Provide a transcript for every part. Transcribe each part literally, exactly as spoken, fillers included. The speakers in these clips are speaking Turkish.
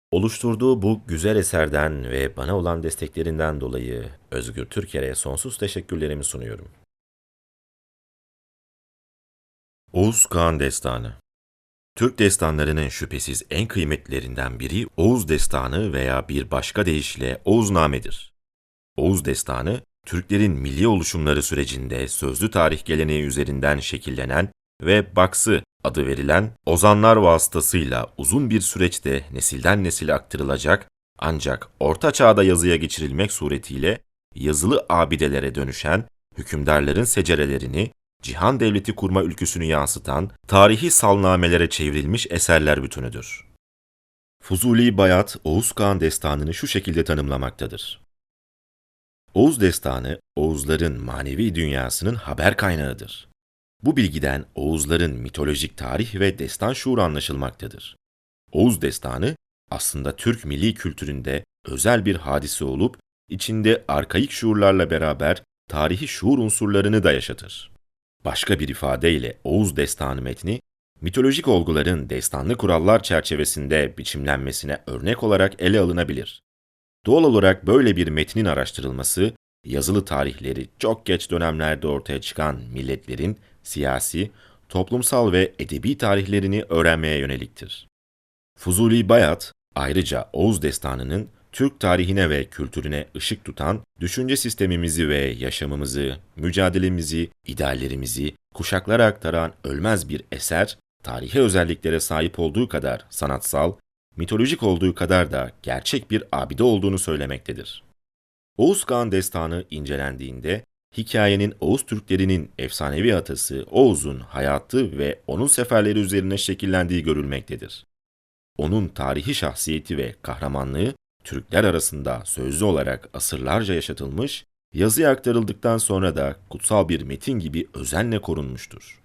Oluşturduğu bu güzel eserden ve bana olan desteklerinden dolayı Özgür Türker'e sonsuz teşekkürlerimi sunuyorum. Oğuz Kağan Destanı. Türk destanlarının şüphesiz en kıymetlilerinden biri Oğuz Destanı veya bir başka deyişle Oğuzname'dir. Oğuz Destanı, Türklerin milli oluşumları sürecinde sözlü tarih geleneği üzerinden şekillenen ve Baksı adı verilen ozanlar vasıtasıyla uzun bir süreçte nesilden nesile aktarılacak ancak Orta Çağ'da yazıya geçirilmek suretiyle yazılı abidelere dönüşen hükümdarların secerelerini, cihan devleti kurma ülküsünü yansıtan tarihi salnamelere çevrilmiş eserler bütünüdür. Fuzuli Bayat, Oğuz Kağan Destanı'nı şu şekilde tanımlamaktadır. Oğuz Destanı, Oğuzların manevi dünyasının haber kaynağıdır. Bu bilgiden Oğuzların mitolojik tarih ve destan şuuru anlaşılmaktadır. Oğuz Destanı, aslında Türk milli kültüründe özel bir hadise olup, içinde arkaik şuurlarla beraber tarihi şuur unsurlarını da yaşatır. Başka bir ifadeyle Oğuz Destanı metni, mitolojik olguların destanlı kurallar çerçevesinde biçimlenmesine örnek olarak ele alınabilir. Doğal olarak böyle bir metnin araştırılması, yazılı tarihleri çok geç dönemlerde ortaya çıkan milletlerin siyasi, toplumsal ve edebi tarihlerini öğrenmeye yöneliktir. Fuzuli Bayat, ayrıca Oğuz Destanı'nın Türk tarihine ve kültürüne ışık tutan düşünce sistemimizi ve yaşamımızı, mücadelemizi, ideallerimizi kuşaklara aktaran ölmez bir eser, tarihi özelliklere sahip olduğu kadar sanatsal, mitolojik olduğu kadar da gerçek bir abide olduğunu söylemektedir. Oğuz Kağan Destanı incelendiğinde, hikayenin Oğuz Türklerinin efsanevi atası Oğuz'un hayatı ve onun seferleri üzerine şekillendiği görülmektedir. Onun tarihi şahsiyeti ve kahramanlığı Türkler arasında sözlü olarak asırlarca yaşatılmış, yazıya aktarıldıktan sonra da kutsal bir metin gibi özenle korunmuştur.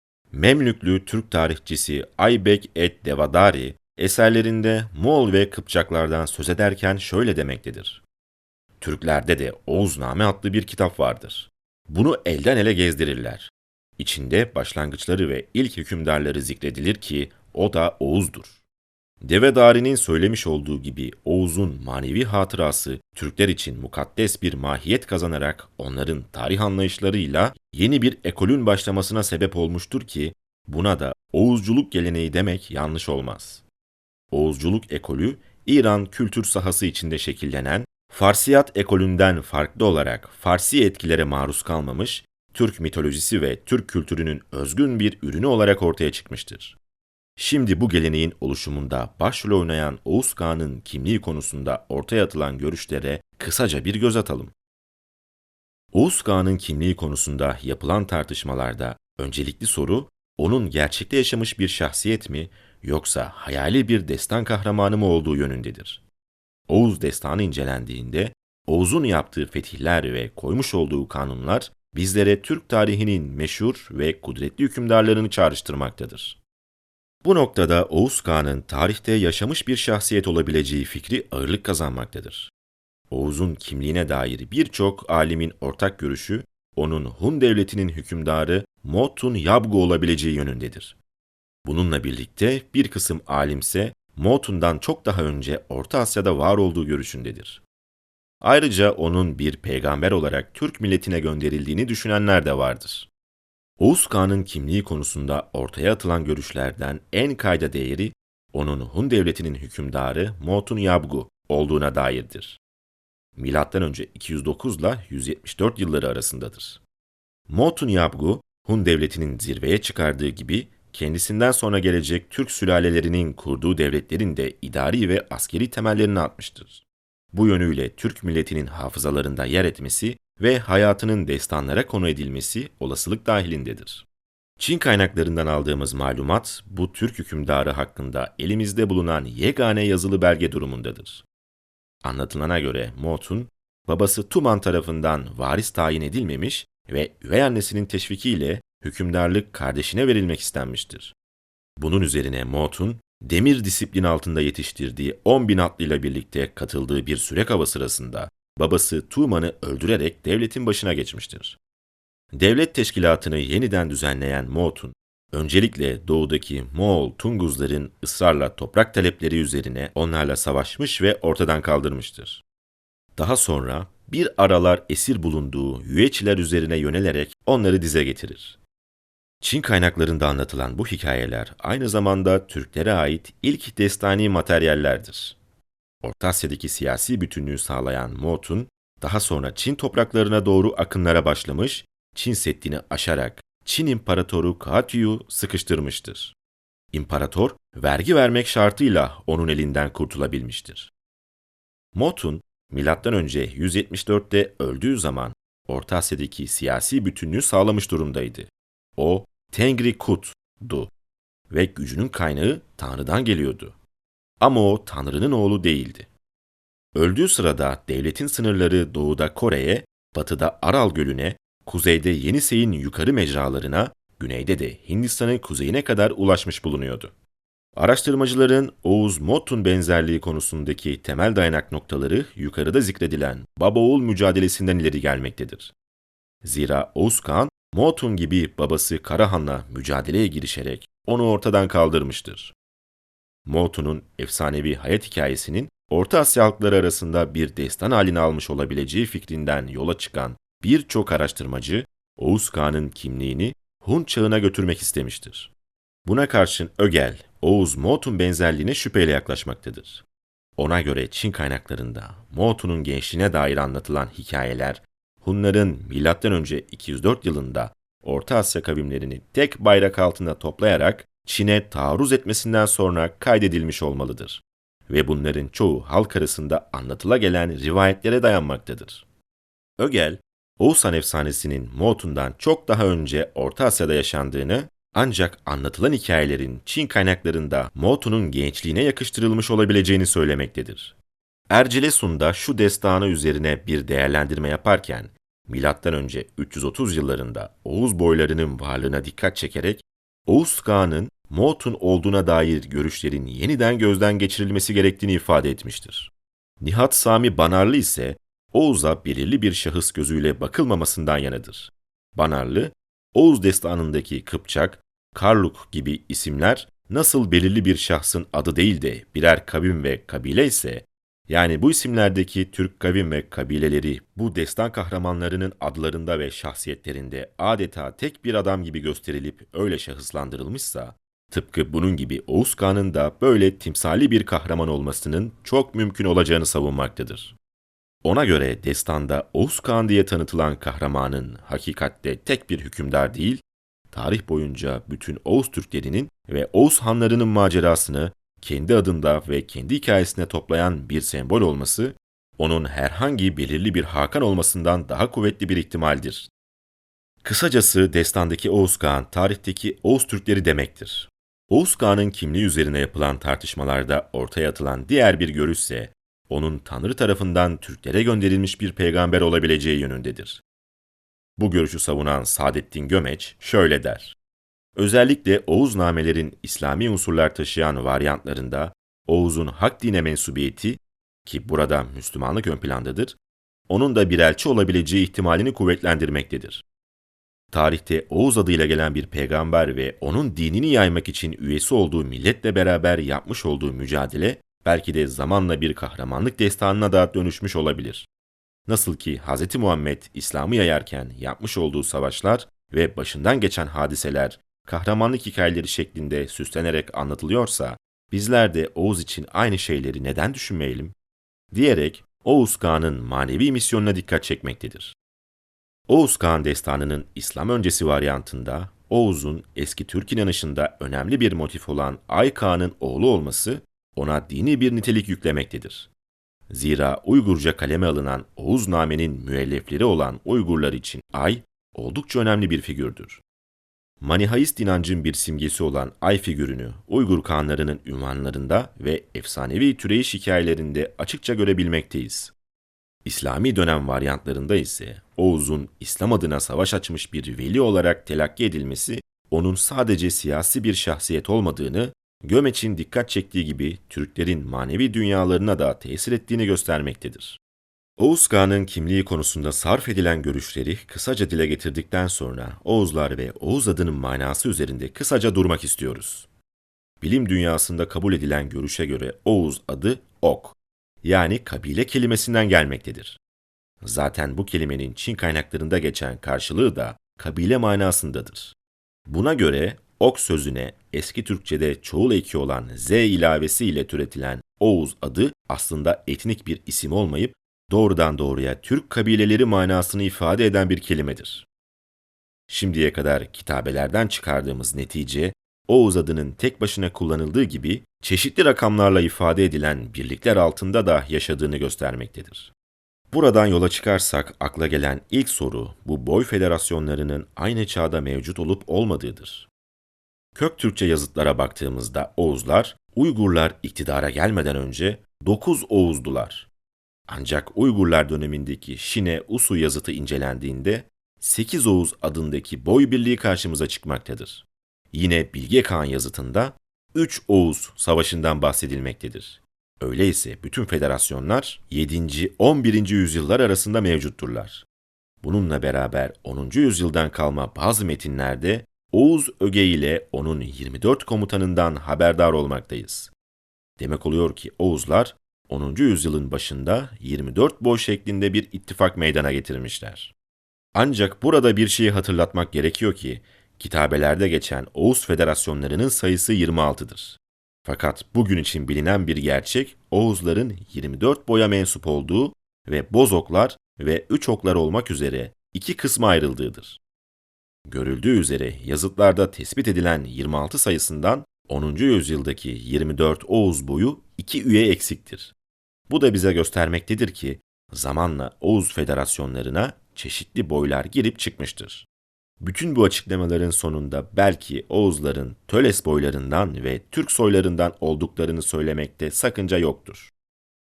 Memlüklü Türk tarihçisi Aybek et Devadari, eserlerinde Moğol ve Kıpçaklardan söz ederken şöyle demektedir. Türklerde de Oğuzname adlı bir kitap vardır. Bunu elden ele gezdirirler. İçinde başlangıçları ve ilk hükümdarları zikredilir ki o da Oğuz'dur. Devedari'nin söylemiş olduğu gibi Oğuz'un manevi hatırası Türkler için mukaddes bir mahiyet kazanarak onların tarih anlayışlarıyla yeni bir ekolün başlamasına sebep olmuştur ki buna da Oğuzculuk geleneği demek yanlış olmaz. Oğuzculuk ekolü İran kültür sahası içinde şekillenen Farsiyat ekolünden farklı olarak Farsi etkilere maruz kalmamış, Türk mitolojisi ve Türk kültürünün özgün bir ürünü olarak ortaya çıkmıştır. Şimdi bu geleneğin oluşumunda başrol oynayan Oğuz Kağan'ın kimliği konusunda ortaya atılan görüşlere kısaca bir göz atalım. Oğuz Kağan'ın kimliği konusunda yapılan tartışmalarda öncelikli soru, onun gerçekte yaşamış bir şahsiyet mi yoksa hayali bir destan kahramanı mı olduğu yönündedir. Oğuz destanı incelendiğinde Oğuz'un yaptığı fetihler ve koymuş olduğu kanunlar bizlere Türk tarihinin meşhur ve kudretli hükümdarlarını çağrıştırmaktadır. Bu noktada Oğuz Kağan'ın tarihte yaşamış bir şahsiyet olabileceği fikri ağırlık kazanmaktadır. Oğuz'un kimliğine dair birçok alimin ortak görüşü, onun Hun devletinin hükümdarı Motun Yabgu olabileceği yönündedir. Bununla birlikte bir kısım alimse Motun'dan çok daha önce Orta Asya'da var olduğu görüşündedir. Ayrıca onun bir peygamber olarak Türk milletine gönderildiğini düşünenler de vardır. Oğuz Kağan'ın kimliği konusunda ortaya atılan görüşlerden en kayda değeri, onun Hun devletinin hükümdarı Motun Yabgu olduğuna dairdir. Milattan önce iki yüz dokuz ile yüz yetmiş dört yılları arasındadır. Motun Yabgu, Hun devletinin zirveye çıkardığı gibi, kendisinden sonra gelecek Türk sülalelerinin kurduğu devletlerin de idari ve askeri temellerini atmıştır. Bu yönüyle Türk milletinin hafızalarında yer etmesi ve hayatının destanlara konu edilmesi olasılık dahilindedir. Çin kaynaklarından aldığımız malumat, bu Türk hükümdarı hakkında elimizde bulunan yegane yazılı belge durumundadır. Anlatılana göre Motun, babası Tuman tarafından varis tayin edilmemiş ve üvey annesinin teşvikiyle hükümdarlık kardeşine verilmek istenmiştir. Bunun üzerine Motun, demir disiplin altında yetiştirdiği on bin atlıyla birlikte katıldığı bir sürek hava sırasında babası Tuman'ı öldürerek devletin başına geçmiştir. Devlet teşkilatını yeniden düzenleyen Motun, Öncelikle doğudaki Moğol Tunguzların ısrarla toprak talepleri üzerine onlarla savaşmış ve ortadan kaldırmıştır. Daha sonra bir aralar esir bulunduğu Yüeçiler üzerine yönelerek onları dize getirir. Çin kaynaklarında anlatılan bu hikayeler aynı zamanda Türklere ait ilk destani materyallerdir. Orta Asya'daki siyasi bütünlüğü sağlayan Moğoltun, daha sonra Çin topraklarına doğru akınlara başlamış, Çin Seddi'ni aşarak Çin İmparatoru Katyu'yu sıkıştırmıştır. İmparator, vergi vermek şartıyla onun elinden kurtulabilmiştir. Moğoltun, milattan önce yüz yetmiş dörtte öldüğü zaman Orta Asya'daki siyasi bütünlüğü sağlamış durumdaydı. O, Tengri Kut'du ve gücünün kaynağı Tanrı'dan geliyordu. Ama o Tanrı'nın oğlu değildi. Öldüğü sırada devletin sınırları doğuda Kore'ye, batıda Aral Gölü'ne, kuzeyde Yenisey'in yukarı mecralarına, güneyde de Hindistan'ın kuzeyine kadar ulaşmış bulunuyordu. Araştırmacıların Oğuz-Moğoltun benzerliği konusundaki temel dayanak noktaları yukarıda zikredilen baba-oğul mücadelesinden ileri gelmektedir. Zira Oğuz Kağan, Moğoltun gibi babası Karahan'la mücadeleye girişerek onu ortadan kaldırmıştır. Moğoltun'un efsanevi hayat hikayesinin Orta Asya halkları arasında bir destan halini almış olabileceği fikrinden yola çıkan birçok araştırmacı, Oğuz Kağan'ın kimliğini Hun çağına götürmek istemiştir. Buna karşın Ögel, Oğuz-Moğoltun benzerliğine şüpheyle yaklaşmaktadır. Ona göre Çin kaynaklarında Moğoltun'un gençliğine dair anlatılan hikayeler, Hunların milattan önce iki yüz dört yılında Orta Asya kavimlerini tek bayrak altında toplayarak Çin'e taarruz etmesinden sonra kaydedilmiş olmalıdır. Ve bunların çoğu halk arasında anlatıla gelen rivayetlere dayanmaktadır. Ögel, Oğuz Han efsanesinin Moğoltun'dan çok daha önce Orta Asya'da yaşandığını, ancak anlatılan hikayelerin Çin kaynaklarında Moğoltun'un gençliğine yakıştırılmış olabileceğini söylemektedir. Ercilesun da şu destanı üzerine bir değerlendirme yaparken, milattan önce üç yüz otuz yıllarında Oğuz boylarının varlığına dikkat çekerek, Oğuz Kağan'ın Moğoltun olduğuna dair görüşlerin yeniden gözden geçirilmesi gerektiğini ifade etmiştir. Nihat Sami Banarlı ise Oğuz'a belirli bir şahıs gözüyle bakılmamasından yanadır. Banarlı, Oğuz destanındaki Kıpçak, Karluk gibi isimler nasıl belirli bir şahsın adı değil de birer kavim ve kabile ise, yani bu isimlerdeki Türk kavim ve kabileleri bu destan kahramanlarının adlarında ve şahsiyetlerinde adeta tek bir adam gibi gösterilip öyle şahıslandırılmışsa, tıpkı bunun gibi Oğuz Kağan'ın da böyle timsali bir kahraman olmasının çok mümkün olacağını savunmaktadır. Ona göre destanda Oğuz Kağan diye tanıtılan kahramanın hakikatte tek bir hükümdar değil, tarih boyunca bütün Oğuz Türklerinin ve Oğuz hanlarının macerasını kendi adında ve kendi hikayesine toplayan bir sembol olması, onun herhangi belirli bir Hakan olmasından daha kuvvetli bir ihtimaldir. Kısacası destandaki Oğuz Kağan, tarihteki Oğuz Türkleri demektir. Oğuz Kağan'ın kimliği üzerine yapılan tartışmalarda ortaya atılan diğer bir görüşse, onun Tanrı tarafından Türklere gönderilmiş bir peygamber olabileceği yönündedir. Bu görüşü savunan Saadettin Gömeç şöyle der: özellikle Oğuznamelerin İslami unsurlar taşıyan varyantlarında Oğuz'un hak dine mensubiyeti, ki burada Müslümanlık ön plandadır, onun da bir elçi olabileceği ihtimalini kuvvetlendirmektedir. Tarihte Oğuz adıyla gelen bir peygamber ve onun dinini yaymak için üyesi olduğu milletle beraber yapmış olduğu mücadele, belki de zamanla bir kahramanlık destanına da dönüşmüş olabilir. Nasıl ki Hz. Muhammed İslam'ı yayarken yapmış olduğu savaşlar ve başından geçen hadiseler kahramanlık hikayeleri şeklinde süslenerek anlatılıyorsa, bizler de Oğuz için aynı şeyleri neden düşünmeyelim? Diyerek Oğuz Kağan'ın manevi misyonuna dikkat çekmektedir. Oğuz Kağan destanının İslam öncesi varyantında, Oğuz'un eski Türk inanışında önemli bir motif olan Ay Kağan'ın oğlu olması, ona dini bir nitelik yüklemektedir. Zira Uygurca kaleme alınan Oğuznamenin müellifleri olan Uygurlar için Ay, oldukça önemli bir figürdür. Manihaist inancın bir simgesi olan Ay figürünü Uygur kağanlarının ünvanlarında ve efsanevi türeyiş hikayelerinde açıkça görebilmekteyiz. İslami dönem varyantlarında ise Oğuz'un İslam adına savaş açmış bir veli olarak telakki edilmesi, onun sadece siyasi bir şahsiyet olmadığını, Gömeç'in dikkat çektiği gibi Türklerin manevi dünyalarına da tesir ettiğini göstermektedir. Oğuz Kağan'ın kimliği konusunda sarf edilen görüşleri kısaca dile getirdikten sonra Oğuzlar ve Oğuz adının manası üzerinde kısaca durmak istiyoruz. Bilim dünyasında kabul edilen görüşe göre Oğuz adı Ok, yani kabile kelimesinden gelmektedir. Zaten bu kelimenin Çin kaynaklarında geçen karşılığı da kabile manasındadır. Buna göre Ok sözüne eski Türkçe'de çoğul eki olan Z ilavesi ile türetilen Oğuz adı aslında etnik bir isim olmayıp doğrudan doğruya Türk kabileleri manasını ifade eden bir kelimedir. Şimdiye kadar kitabelerden çıkardığımız netice, Oğuz adının tek başına kullanıldığı gibi çeşitli rakamlarla ifade edilen birlikler altında da yaşadığını göstermektedir. Buradan yola çıkarsak akla gelen ilk soru bu boy federasyonlarının aynı çağda mevcut olup olmadığıdır. Köktürkçe yazıtlara baktığımızda Oğuzlar, Uygurlar iktidara gelmeden önce dokuz Oğuzdular. Ancak Uygurlar dönemindeki Şine Usu yazıtı incelendiğinde sekiz Oğuz adındaki boy birliği karşımıza çıkmaktadır. Yine Bilge Kağan yazıtında üç Oğuz savaşından bahsedilmektedir. Öyleyse bütün federasyonlar yedinci on birinci yüzyıllar arasında mevcutturlar. Bununla beraber onuncu yüzyıldan kalma bazı metinlerde Oğuz öge ile onun yirmi dört komutanından haberdar olmaktayız. Demek oluyor ki Oğuzlar onuncu yüzyılın başında yirmi dört boy şeklinde bir ittifak meydana getirmişler. Ancak burada bir şeyi hatırlatmak gerekiyor ki, kitabelerde geçen Oğuz federasyonlarının sayısı yirmi altıdır. Fakat bugün için bilinen bir gerçek, Oğuzların yirmi dört boya mensup olduğu ve Bozoklar ve Üçoklar olmak üzere iki kısma ayrıldığıdır. Görüldüğü üzere yazıtlarda tespit edilen yirmi altı sayısından onuncu yüzyıldaki yirmi dört Oğuz boyu iki üye eksiktir. Bu da bize göstermektedir ki zamanla Oğuz federasyonlarına çeşitli boylar girip çıkmıştır. Bütün bu açıklamaların sonunda belki Oğuzların Töles boylarından ve Türk soylarından olduklarını söylemekte sakınca yoktur.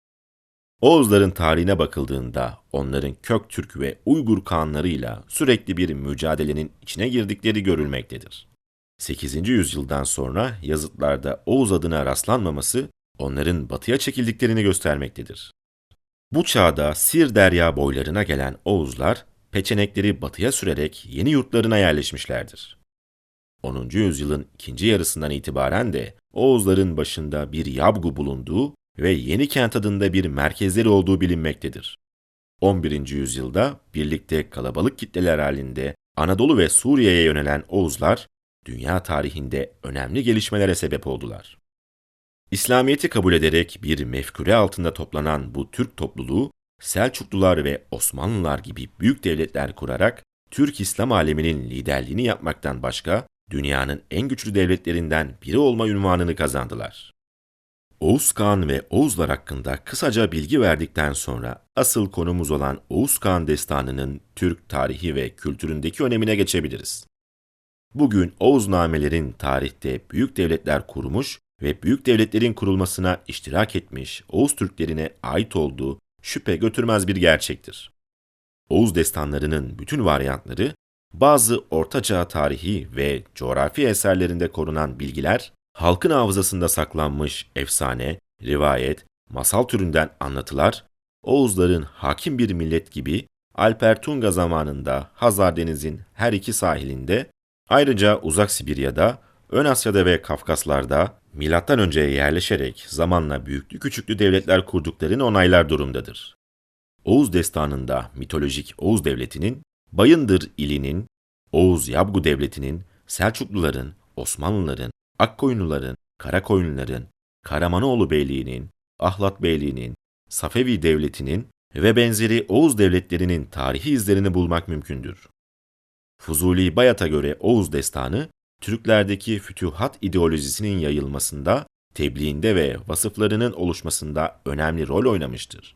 Oğuzların tarihine bakıldığında onların Köktürk ve Uygur Kağanlarıyla sürekli bir mücadelenin içine girdikleri görülmektedir. sekizinci yüzyıldan sonra yazıtlarda Oğuz adına rastlanmaması onların batıya çekildiklerini göstermektedir. Bu çağda Sir Derya boylarına gelen Oğuzlar, peçenekleri batıya sürerek yeni yurtlarına yerleşmişlerdir. onuncu yüzyılın ikinci yarısından itibaren de Oğuzların başında bir Yabgu bulunduğu ve Yenikent adında bir merkezleri olduğu bilinmektedir. on birinci yüzyılda birlikte kalabalık kitleler halinde Anadolu ve Suriye'ye yönelen Oğuzlar, dünya tarihinde önemli gelişmelere sebep oldular. İslamiyet'i kabul ederek bir mefkure altında toplanan bu Türk topluluğu, Selçuklular ve Osmanlılar gibi büyük devletler kurarak Türk İslam aleminin liderliğini yapmaktan başka dünyanın en güçlü devletlerinden biri olma unvanını kazandılar. Oğuz Kağan ve Oğuzlar hakkında kısaca bilgi verdikten sonra asıl konumuz olan Oğuz Kağan destanının Türk tarihi ve kültüründeki önemine geçebiliriz. Bugün Oğuznamelerin tarihte büyük devletler kurmuş ve büyük devletlerin kurulmasına iştirak etmiş Oğuz Türklerine ait olduğu şüphe götürmez bir gerçektir. Oğuz destanlarının bütün varyantları, bazı ortaçağ tarihi ve coğrafi eserlerinde korunan bilgiler, halkın hafızasında saklanmış efsane, rivayet, masal türünden anlatılar, Oğuzların hakim bir millet gibi Alper Tunga zamanında Hazar Deniz'in her iki sahilinde, ayrıca Uzak Sibirya'da, Ön Asya'da ve Kafkaslar'da milattan önce yerleşerek zamanla büyüklü küçüklü devletler kurduklarını onaylar durumdadır. Oğuz destanında mitolojik Oğuz devletinin, Bayındır ilinin, Oğuz Yabgu devletinin, Selçukluların, Osmanlıların, Akkoyunluların, Karakoyunluların, Karamanoğlu Beyliği'nin, Ahlat Beyliği'nin, Safevi devletinin ve benzeri Oğuz devletlerinin tarihi izlerini bulmak mümkündür. Fuzuli Bayat'a göre Oğuz destanı, Türklerdeki fütühat ideolojisinin yayılmasında, tebliğinde ve vasıflarının oluşmasında önemli rol oynamıştır.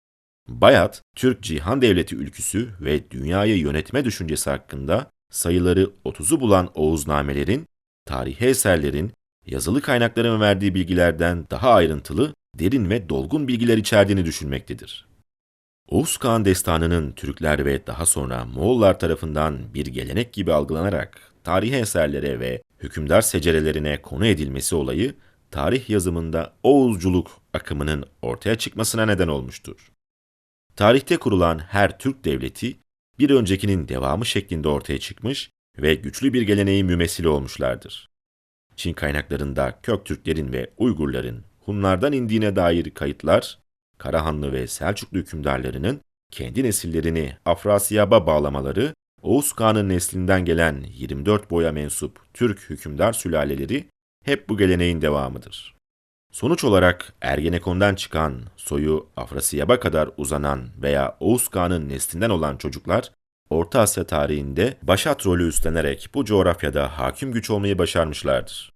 Bayat, Türk Cihan Devleti ülküsü ve dünyayı yönetme düşüncesi hakkında sayıları otuzu bulan Oğuznamelerin, tarihi eserlerin, yazılı kaynakların verdiği bilgilerden daha ayrıntılı, derin ve dolgun bilgiler içerdiğini düşünmektedir. Oğuz Kağan destanının Türkler ve daha sonra Moğollar tarafından bir gelenek gibi algılanarak tarihi eserlere ve hükümdar secerelerine konu edilmesi olayı, tarih yazımında Oğuzculuk akımının ortaya çıkmasına neden olmuştur. Tarihte kurulan her Türk devleti, bir öncekinin devamı şeklinde ortaya çıkmış ve güçlü bir geleneğin mümessili olmuşlardır. Çin kaynaklarında Köktürklerin ve Uygurların Hunlardan indiğine dair kayıtlar, Karahanlı ve Selçuklu hükümdarlarının kendi nesillerini Afrasiyab'a bağlamaları, Oğuz Kağan'ın neslinden gelen yirmi dört boya mensup Türk hükümdar sülaleleri hep bu geleneğin devamıdır. Sonuç olarak Ergenekon'dan çıkan, soyu Afrasiyab'a kadar uzanan veya Oğuz Kağan'ın neslinden olan çocuklar, Orta Asya tarihinde başat rolü üstlenerek bu coğrafyada hakim güç olmayı başarmışlardır.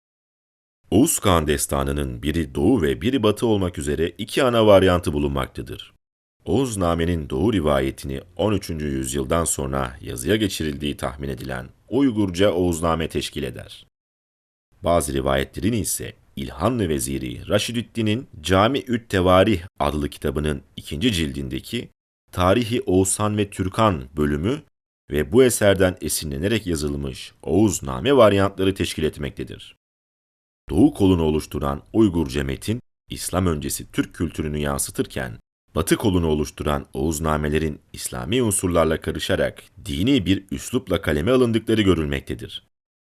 Oğuz Kağan destanının biri doğu ve biri batı olmak üzere iki ana varyantı bulunmaktadır. Oğuzname'nin doğu rivayetini on üçüncü yüzyıldan sonra yazıya geçirildiği tahmin edilen Uygurca Oğuzname teşkil eder. Bazı rivayetlerin ise İlhanlı Veziri Raşidüddin'in Cami-ü't Tevarih adlı kitabının ikinci cildindeki Tarihi Oğuzhan ve Türkan bölümü ve bu eserden esinlenerek yazılmış Oğuzname varyantları teşkil etmektedir. Doğu kolunu oluşturan Uygurca metin, İslam öncesi Türk kültürünü yansıtırken, Batı kolunu oluşturan Oğuznamelerin İslami unsurlarla karışarak dini bir üslupla kaleme alındıkları görülmektedir.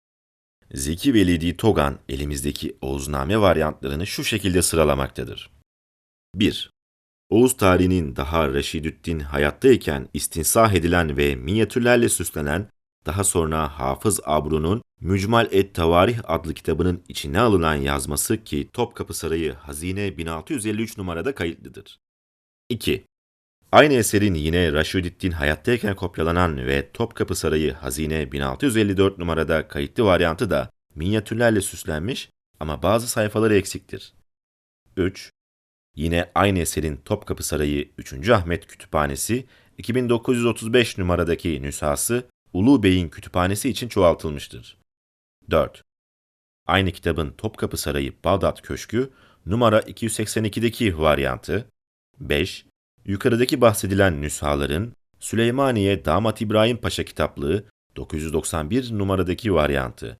Zeki Velidi Togan elimizdeki Oğuzname varyantlarını şu şekilde sıralamaktadır. bir. Oğuz tarihinin daha Reşidüddin hayattayken istinsah edilen ve minyatürlerle süslenen, daha sonra Hafız Abru'nun Mücmal et-Tavarih adlı kitabının içine alınan yazması ki Topkapı Sarayı Hazine bin altı yüz elli üç numarada kayıtlıdır. iki. Aynı eserin yine Raşidüddin hayattayken kopyalanan ve Topkapı Sarayı Hazine bin altı yüz elli dört numarada kayıtlı varyantı da minyatürlerle süslenmiş ama bazı sayfaları eksiktir. üç. Yine aynı eserin Topkapı Sarayı üçüncü Ahmet Kütüphanesi iki bin dokuz yüz otuz beş numaradaki nüshası Ulu Bey'in kütüphanesi için çoğaltılmıştır. dört. Aynı kitabın Topkapı Sarayı Bağdat Köşkü numara iki yüz seksen ikideki varyantı. beş. Yukarıdaki bahsedilen nüshaların Süleymaniye Damat İbrahim Paşa kitaplığı dokuz yüz doksan bir numaradaki varyantı.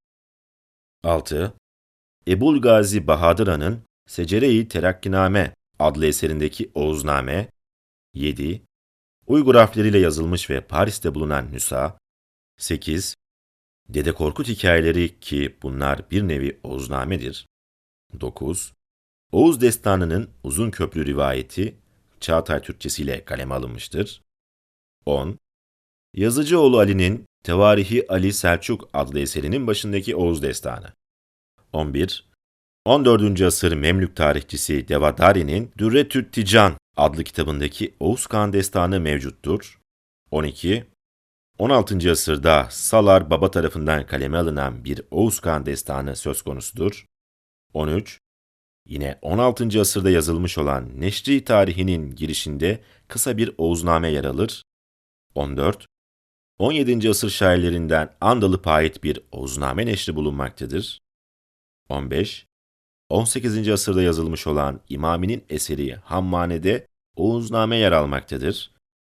altı. Ebul Gazi Bahadır Han'ın Secere-i Terakkiname adlı eserindeki Oğuzname. yedi. Uygur harfleriyle yazılmış ve Paris'te bulunan nüsha. sekiz. Dede Korkut hikayeleri ki bunlar bir nevi Oğuzname'dir. dokuz. Oğuz Destanı'nın Uzun Köprü rivayeti Çağatay Türkçesiyle kaleme alınmıştır. on. Yazıcıoğlu Ali'nin Tevarihi Ali Selçuk adlı eserinin başındaki Oğuz Destanı. on bir. on dördüncü asır Memlük tarihçisi Devadari'nin Dürretü't Tican adlı kitabındaki Oğuz Kağan Destanı mevcuttur. on iki. on altıncı asırda Salar Baba tarafından kaleme alınan bir Oğuz Kağan Destanı söz konusudur. on üç. Yine on altıncı asırda yazılmış olan Neşri tarihinin girişinde kısa bir Oğuzname yer alır. on dört. on yedinci asır şairlerinden Andalıp'a ait bir Oğuzname neşri bulunmaktadır. on beş. on sekizinci asırda yazılmış olan İmami'nin eseri Hammane'de Oğuzname yer almaktadır.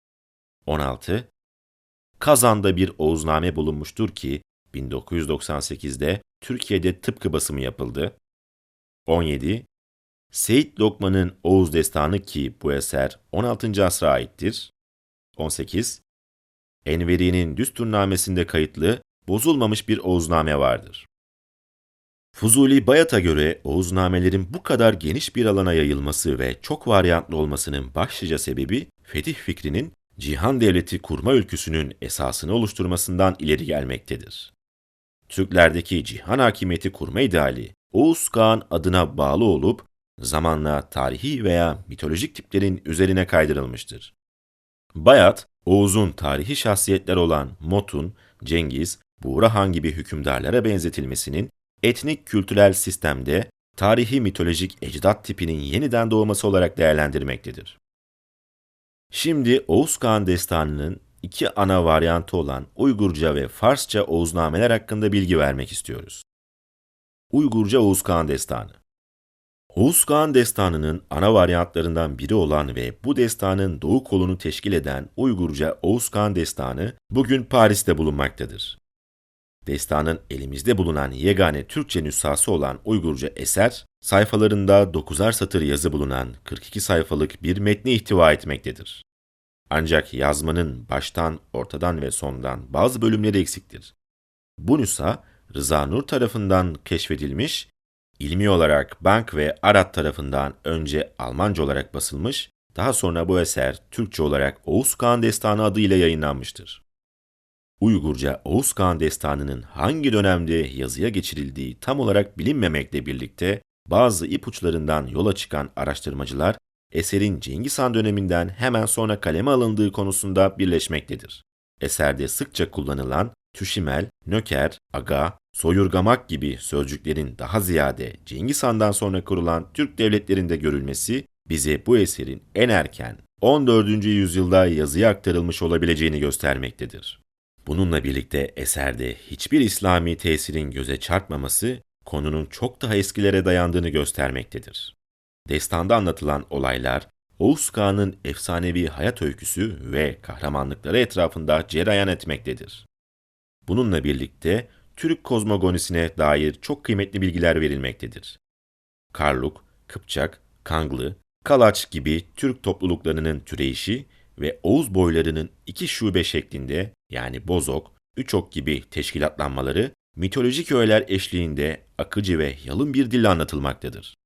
on altı. Kazan'da bir Oğuzname bulunmuştur ki bin dokuz yüz doksan sekizde Türkiye'de tıpkı basımı yapıldı. on yedi. Seyit Lokman'ın Oğuz Destanı ki bu eser on altıncı asra aittir. on sekiz. Enveri'nin Düsturnamesinde kayıtlı, bozulmamış bir Oğuzname vardır. Fuzuli Bayat'a göre Oğuznamelerin bu kadar geniş bir alana yayılması ve çok varyantlı olmasının başlıca sebebi fetih fikrinin cihan devleti kurma ülküsünün esasını oluşturmasından ileri gelmektedir. Türklerdeki cihan hakimiyeti kurma ideali Oğuz Kağan adına bağlı olup zamanla tarihi veya mitolojik tiplerin üzerine kaydırılmıştır. Bayat, Oğuz'un tarihi şahsiyetler olan Motun, Cengiz, Buğra Han gibi hükümdarlara benzetilmesinin etnik kültürel sistemde tarihi mitolojik ecdat tipinin yeniden doğması olarak değerlendirmektedir. Şimdi Oğuz Kağan Destanı'nın iki ana varyantı olan Uygurca ve Farsça Oğuznameler hakkında bilgi vermek istiyoruz. Uygurca Oğuz Kağan Destanı. Oğuz Kağan Destanı'nın ana varyantlarından biri olan ve bu destanın doğu kolunu teşkil eden Uygurca Oğuz Kağan Destanı bugün Paris'te bulunmaktadır. Destanın elimizde bulunan yegane Türkçe nüshası olan Uygurca eser, sayfalarında dokuzar satır yazı bulunan kırk iki sayfalık bir metni ihtiva etmektedir. Ancak yazmanın baştan, ortadan ve sondan bazı bölümleri eksiktir. Bu nüsha Rıza Nur tarafından keşfedilmiş, ilmi olarak Bank ve Arad tarafından önce Almanca olarak basılmış, daha sonra bu eser Türkçe olarak Oğuz Kağan Destanı adıyla yayınlanmıştır. Uygurca Oğuz Kağan Destanı'nın hangi dönemde yazıya geçirildiği tam olarak bilinmemekle birlikte bazı ipuçlarından yola çıkan araştırmacılar eserin Cengiz Han döneminden hemen sonra kaleme alındığı konusunda birleşmektedir. Eserde sıkça kullanılan tüşimel, nöker, aga, soyurgamak gibi sözcüklerin daha ziyade Cengiz Han'dan sonra kurulan Türk devletlerinde görülmesi bize bu eserin en erken on dördüncü yüzyılda yazıya aktarılmış olabileceğini göstermektedir. Bununla birlikte eserde hiçbir İslami tesirin göze çarpmaması, konunun çok daha eskilere dayandığını göstermektedir. Destanda anlatılan olaylar, Oğuz Kağan'ın efsanevi hayat öyküsü ve kahramanlıkları etrafında cereyan etmektedir. Bununla birlikte Türk kozmogonisine dair çok kıymetli bilgiler verilmektedir. Karluk, Kıpçak, Kanglı, Kalaç gibi Türk topluluklarının türeyişi ve Oğuz boylarının iki şube şeklinde yani Bozok, Üçok gibi teşkilatlanmaları mitolojik öğeler eşliğinde akıcı ve yalın bir dille anlatılmaktadır.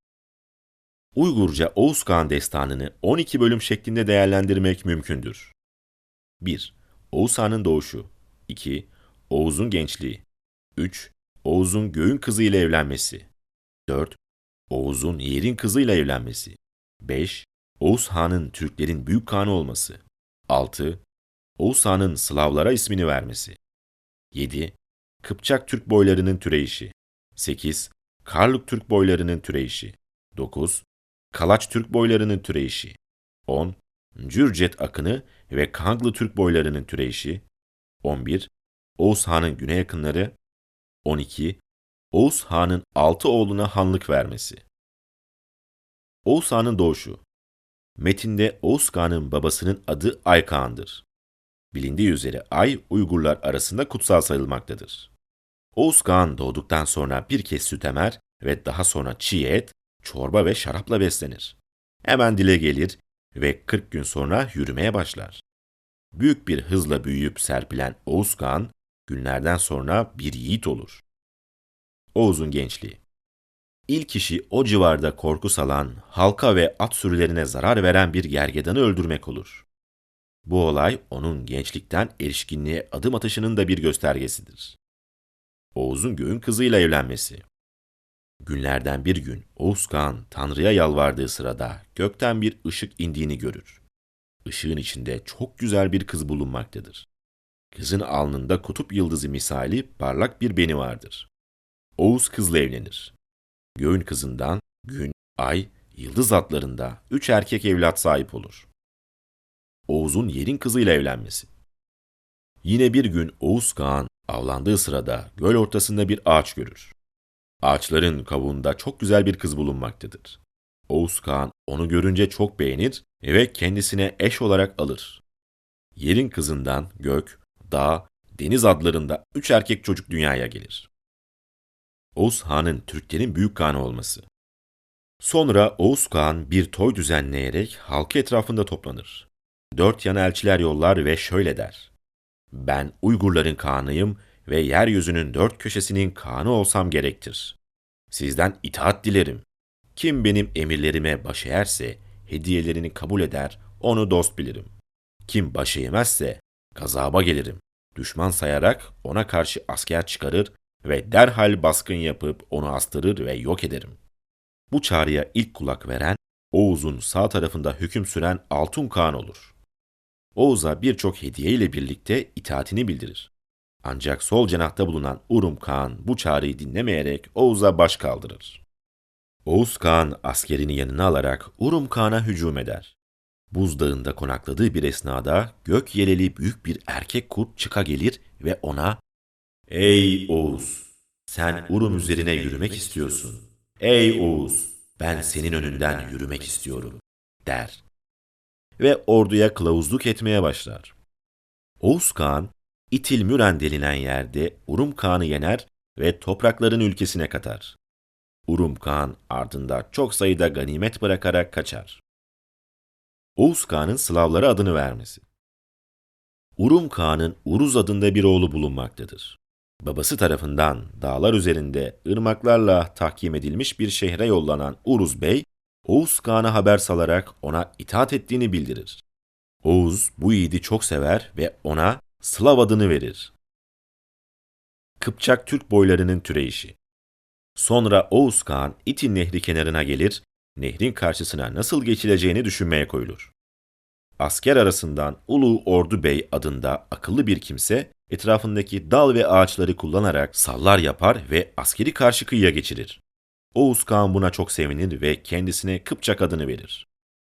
Uygurca Oğuz Kağan Destanı'nı on iki bölüm şeklinde değerlendirmek mümkündür. bir. Oğuz Han'ın doğuşu. iki. Oğuz'un gençliği. üç. Oğuz'un Göğün kızıyla evlenmesi. dört. Oğuz'un Yer'in kızıyla evlenmesi. beş. Oğuz Han'ın Türklerin büyük kağanı olması. altı. Oğuz Han'ın Slavlara ismini vermesi. yedi. Kıpçak Türk boylarının türeyişi. sekiz. Karluk Türk boylarının türeyişi. dokuz. Kalaç Türk boylarının türeyişi. on. Cürcet akını ve Kanglı Türk boylarının türeyişi. on bir. Oğuz Han'ın güney yakınları. on iki. Oğuz Han'ın altı oğluna hanlık vermesi. Oğuz Han'ın doğuşu. Metinde Oğuz Kağan'ın babasının adı Ay Kağan'dır. Bilindiği üzere Ay, Uygurlar arasında kutsal sayılmaktadır. Oğuz Kağan doğduktan sonra bir kez süt emer ve daha sonra çiğ et, çorba ve şarapla beslenir. Hemen dile gelir ve kırk gün sonra yürümeye başlar. Büyük bir hızla büyüyüp serpilen Oğuz Kağan, günlerden sonra bir yiğit olur. Oğuz'un gençliği. İlk işi o civarda korku salan, halka ve at sürülerine zarar veren bir gergedanı öldürmek olur. Bu olay onun gençlikten erişkinliğe adım atışının da bir göstergesidir. Oğuz'un Göğün kızıyla evlenmesi. Günlerden bir gün Oğuz Kağan Tanrı'ya yalvardığı sırada gökten bir ışık indiğini görür. Işığın içinde çok güzel bir kız bulunmaktadır. Kızın alnında kutup yıldızı misali parlak bir beni vardır. Oğuz kızla evlenir. Göğün kızından gün, ay, yıldız adlarında üç erkek evlat sahip olur. Oğuz'un Yer'in kızıyla evlenmesi. Yine bir gün Oğuz Kağan avlandığı sırada göl ortasında bir ağaç görür. Ağaçların kavuğunda çok güzel bir kız bulunmaktadır. Oğuz Kağan onu görünce çok beğenir ve kendisine eş olarak alır. Yer'in kızından gök, dağ, deniz adlarında üç erkek çocuk dünyaya gelir. Oğuz Han'ın Türklerin büyük kağanı olması. Sonra Oğuz Kağan bir toy düzenleyerek halkı etrafında toplanır. Dört yana elçiler yollar ve şöyle der: "Ben Uygurların kağanıyım ve yeryüzünün dört köşesinin kağanı olsam gerektir. Sizden itaat dilerim. Kim benim emirlerime baş eğerse hediyelerini kabul eder, onu dost bilirim. Kim baş eğmezse gazaba gelirim. Düşman sayarak ona karşı asker çıkarır ve derhal baskın yapıp onu astırır ve yok ederim." Bu çağrıya ilk kulak veren, Oğuz'un sağ tarafında hüküm süren Altun Kağan olur. Oğuz'a birçok hediye ile birlikte itaatini bildirir. Ancak sol cenahta bulunan Urum Kağan bu çağrıyı dinlemeyerek Oğuz'a baş kaldırır. Oğuz Kağan askerini yanına alarak Urum Kağan'a hücum eder. Buzdağında konakladığı bir esnada gök yeleli büyük bir erkek kurt çıka gelir ve ona "Ey Oğuz, sen Urum üzerine yürümek istiyorsun. Ey Oğuz, ben senin önünden yürümek istiyorum," der. Ve orduya kılavuzluk etmeye başlar. Oğuz Kağan, İtil-Müren denilen yerde Urum Kağan'ı yener ve toprakların ülkesine katar. Urum Kağan ardında çok sayıda ganimet bırakarak kaçar. Oğuz Kağan'ın Slavlara adını vermesi. Urum Kağan'ın Uruz adında bir oğlu bulunmaktadır. Babası tarafından dağlar üzerinde ırmaklarla tahkim edilmiş bir şehre yollanan Uruz Bey, Oğuz Kağan'a haber salarak ona itaat ettiğini bildirir. Oğuz bu yiğidi çok sever ve ona Slav adını verir. Kıpçak Türk boylarının türeyişi. Sonra Oğuz Kağan İtin Nehri kenarına gelir, nehrin karşısına nasıl geçileceğini düşünmeye koyulur. Asker arasından Ulu Ordu Bey adında akıllı bir kimse, etrafındaki dal ve ağaçları kullanarak sallar yapar ve askeri karşı kıyıya geçirir. Oğuz Kağan buna çok sevinir ve kendisine Kıpçak adını verir.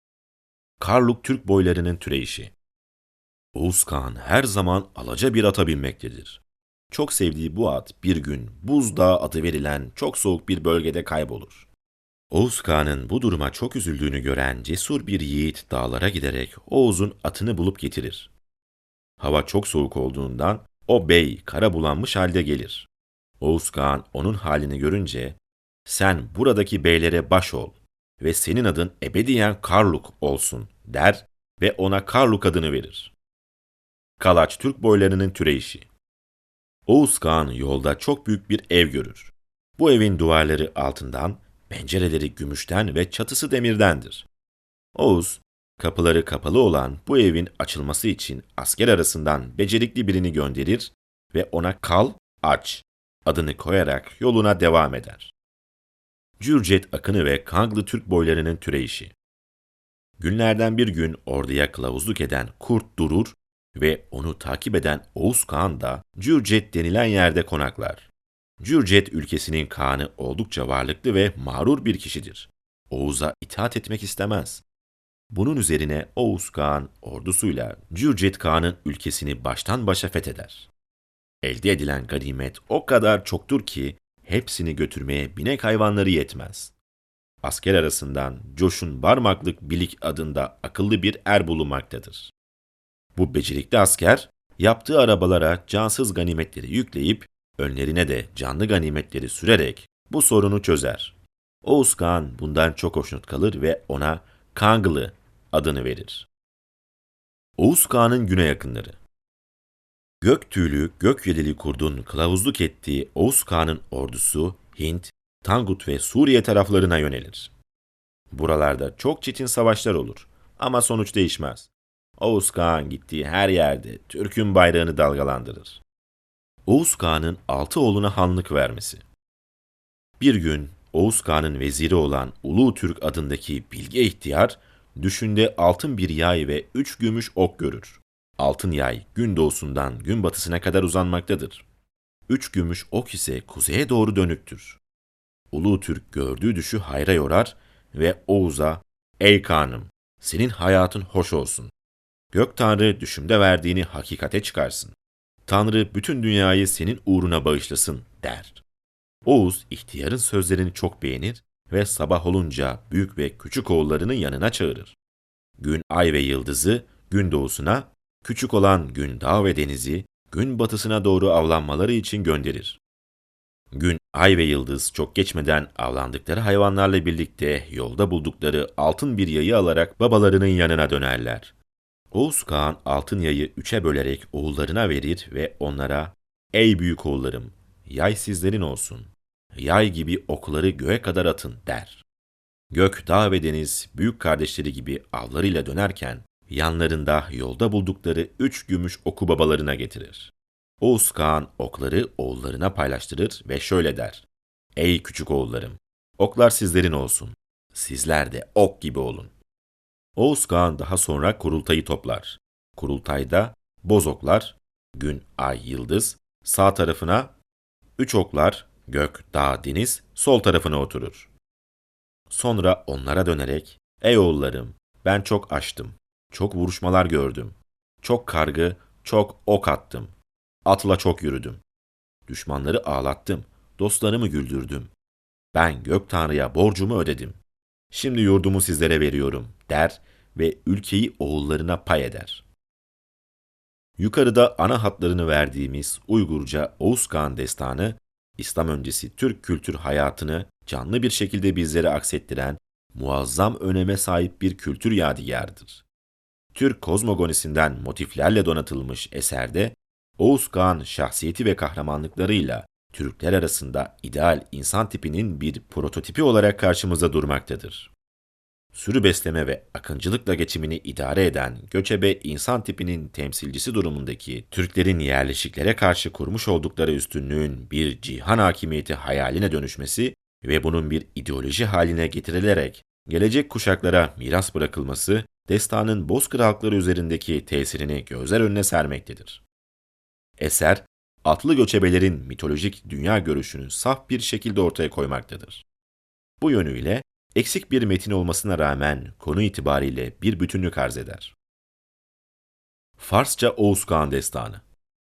Karluk Türk boylarının türeyişi. Oğuz Kağan her zaman alaca bir ata binmektedir. Çok sevdiği bu at bir gün Buzdağı adı verilen çok soğuk bir bölgede kaybolur. Oğuz Kağan'ın bu duruma çok üzüldüğünü gören cesur bir yiğit dağlara giderek Oğuz'un atını bulup getirir. Hava çok soğuk olduğundan o bey kara bulanmış halde gelir. Oğuz Kağan onun halini görünce, "Sen buradaki beylere baş ol ve senin adın ebediyen Karluk olsun," der ve ona Karluk adını verir. Kalaç Türk boylarının türeyişi. Oğuz Kağan yolda çok büyük bir ev görür. Bu evin duvarları altından, pencereleri gümüşten ve çatısı demirdendir. Oğuz, kapıları kapalı olan bu evin açılması için asker arasından becerikli birini gönderir ve ona "Kal, aç" adını koyarak yoluna devam eder. Cürcet akını ve Kanglı Türk boylarının türeyişi. Günlerden bir gün orduya kılavuzluk eden Kurt durur ve onu takip eden Oğuz Kağan da Cürcet denilen yerde konaklar. Cürcet ülkesinin kağanı oldukça varlıklı ve mağrur bir kişidir. Oğuz'a itaat etmek istemez. Bunun üzerine Oğuz Kağan ordusuyla Cürcet Kağan'ın ülkesini baştan başa fetheder. Elde edilen ganimet o kadar çoktur ki hepsini götürmeye binek hayvanları yetmez. Asker arasından Coşun Barmaklık Bilik adında akıllı bir er bulunmaktadır. Bu becerikli asker yaptığı arabalara cansız ganimetleri yükleyip önlerine de canlı ganimetleri sürerek bu sorunu çözer. Oğuz Kağan bundan çok hoşnut kalır ve ona Kanglı adını verir. Oğuz Kağan'ın güney yakınları. Göktüğlü, Gökyelili Kurdun kılavuzluk ettiği Oğuz Kağan'ın ordusu Hint, Tangut ve Suriye taraflarına yönelir. Buralarda çok çetin savaşlar olur ama sonuç değişmez. Oğuz Kağan gittiği her yerde Türk'ün bayrağını dalgalandırır. Oğuz Kağan'ın altı oğluna hanlık vermesi. Bir gün Oğuz Kağan'ın veziri olan Ulu Türk adındaki bilge ihtiyar, düşünde altın bir yay ve üç gümüş ok görür. Altın yay gün doğusundan gün batısına kadar uzanmaktadır. Üç gümüş ok ise kuzeye doğru dönüktür. Ulu Türk gördüğü düşü hayra yorar ve Oğuz'a, "Ey Kağan'ım, senin hayatın hoş olsun. Gök Tanrı düşümde verdiğini hakikate çıkarsın. Tanrı bütün dünyayı senin uğruna bağışlasın," der. Oğuz, ihtiyarın sözlerini çok beğenir ve sabah olunca büyük ve küçük oğullarını yanına çağırır. Gün, ay ve yıldızı gün doğusuna, küçük olan gün dağ ve denizi gün batısına doğru avlanmaları için gönderir. Gün, ay ve yıldız çok geçmeden avlandıkları hayvanlarla birlikte yolda buldukları altın bir yayı alarak babalarının yanına dönerler. Oğuz Kağan altın yayı üçe bölerek oğullarına verir ve onlara, "Ey büyük oğullarım, yay sizlerin olsun. Yay gibi okları göğe kadar atın," der. Gök, dağ ve deniz büyük kardeşleri gibi avlarıyla dönerken yanlarında yolda buldukları üç gümüş oku babalarına getirir. Oğuz Kağan okları oğullarına paylaştırır ve şöyle der: "Ey küçük oğullarım, oklar sizlerin olsun. Sizler de ok gibi olun." Oğuz Kağan daha sonra kurultayı toplar. Kurultayda boz oklar, gün, ay, yıldız, sağ tarafına, üç oklar, gök, dağ, deniz, sol tarafına oturur. Sonra onlara dönerek, "Ey oğullarım, ben çok açtım, çok vuruşmalar gördüm, çok kargı, çok ok attım, atla çok yürüdüm, düşmanları ağlattım, dostlarımı güldürdüm. Ben Gök Tanrı'ya borcumu ödedim. Şimdi yurdumu sizlere veriyorum," der ve ülkeyi oğullarına pay eder. Yukarıda ana hatlarını verdiğimiz Uygurca Oğuz Kağan destanı, İslam öncesi Türk kültür hayatını canlı bir şekilde bizlere aksettiren muazzam öneme sahip bir kültür yadigarıdır. Türk kozmogonisinden motiflerle donatılmış eserde, Oğuz Kağan şahsiyeti ve kahramanlıklarıyla Türkler arasında ideal insan tipinin bir prototipi olarak karşımıza durmaktadır. Sürü besleme ve akıncılıkla geçimini idare eden göçebe insan tipinin temsilcisi durumundaki Türklerin yerleşiklere karşı kurmuş oldukları üstünlüğün bir cihan hakimiyeti hayaline dönüşmesi ve bunun bir ideoloji haline getirilerek gelecek kuşaklara miras bırakılması, destanın bozkır halkları üzerindeki tesirini gözler önüne sermektedir. Eser, atlı göçebelerin mitolojik dünya görüşünü saf bir şekilde ortaya koymaktadır. Bu yönüyle, eksik bir metin olmasına rağmen konu itibariyle bir bütünlük arz eder. Farsça Oğuz Kağan Destanı.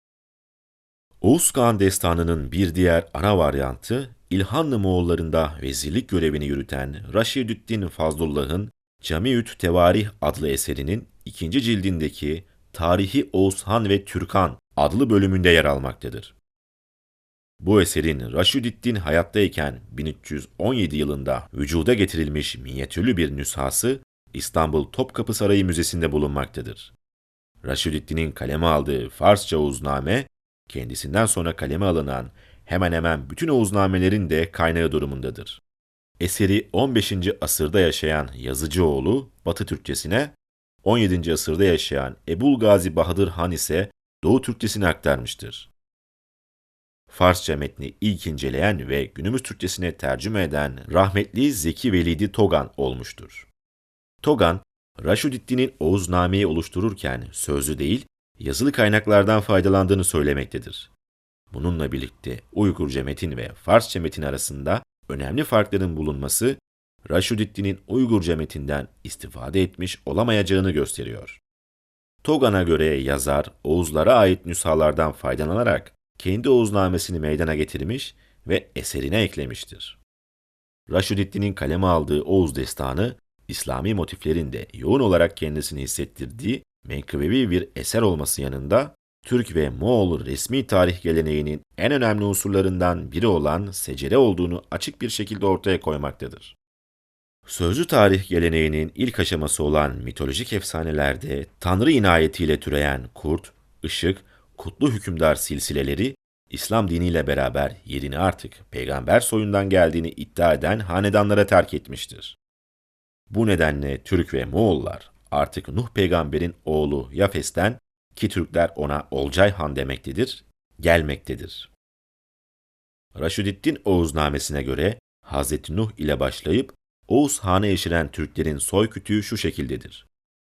Oğuz Kağan Destanı'nın bir diğer ana varyantı, İlhanlı Moğollarında vezirlik görevini yürüten Raşidüddin Fazlullah'ın Camiü't Tevarih adlı eserinin ikinci cildindeki Tarihi Oğuzhan ve Türkan adlı bölümünde yer almaktadır. Bu eserin Raşidüddin hayattayken bin üç yüz on yedi yılında vücuda getirilmiş minyatürlü bir nüshası İstanbul Topkapı Sarayı Müzesi'nde bulunmaktadır. Raşidüddin'in kaleme aldığı Farsça Oğuzname, kendisinden sonra kaleme alınan hemen hemen bütün Oğuznamelerin de kaynağı durumundadır. Eseri on beşinci asırda yaşayan Yazıcıoğlu Batı Türkçesine, on yedinci asırda yaşayan Ebul Gazi Bahadır Han ise Doğu Türkçesine aktarmıştır. Farsça metni ilk inceleyen ve günümüz Türkçesine tercüme eden rahmetli Zeki Velidi Togan olmuştur. Togan, Raşidüddin'in Oğuzname'yi oluştururken sözlü değil, yazılı kaynaklardan faydalandığını söylemektedir. Bununla birlikte Uygurca metin ve Farsça metin arasında önemli farkların bulunması, Raşidüddin'in Uygurca metinden istifade etmiş olamayacağını gösteriyor. Togan'a göre yazar, Oğuzlara ait nüshalardan faydalanarak kendi Oğuznamesini meydana getirmiş ve eserine eklemiştir. Raşidüddin'in kaleme aldığı Oğuz Destanı, İslami motiflerin de yoğun olarak kendisini hissettirdiği menkıbevi bir eser olması yanında, Türk ve Moğol resmi tarih geleneğinin en önemli unsurlarından biri olan secere olduğunu açık bir şekilde ortaya koymaktadır. Sözlü tarih geleneğinin ilk aşaması olan mitolojik efsanelerde Tanrı inayetiyle türeyen kurt, ışık, kutlu hükümdar silsileleri, İslam diniyle beraber yerini artık peygamber soyundan geldiğini iddia eden hanedanlara terk etmiştir. Bu nedenle Türk ve Moğollar artık Nuh peygamberin oğlu Yafes'ten, ki Türkler ona Olcay Han demektedir, gelmektedir. Raşidüddin Oğuznamesine göre Hazreti Nuh ile başlayıp Oğuz Han'a eşiren Türklerin soy kütüğü şu şekildedir.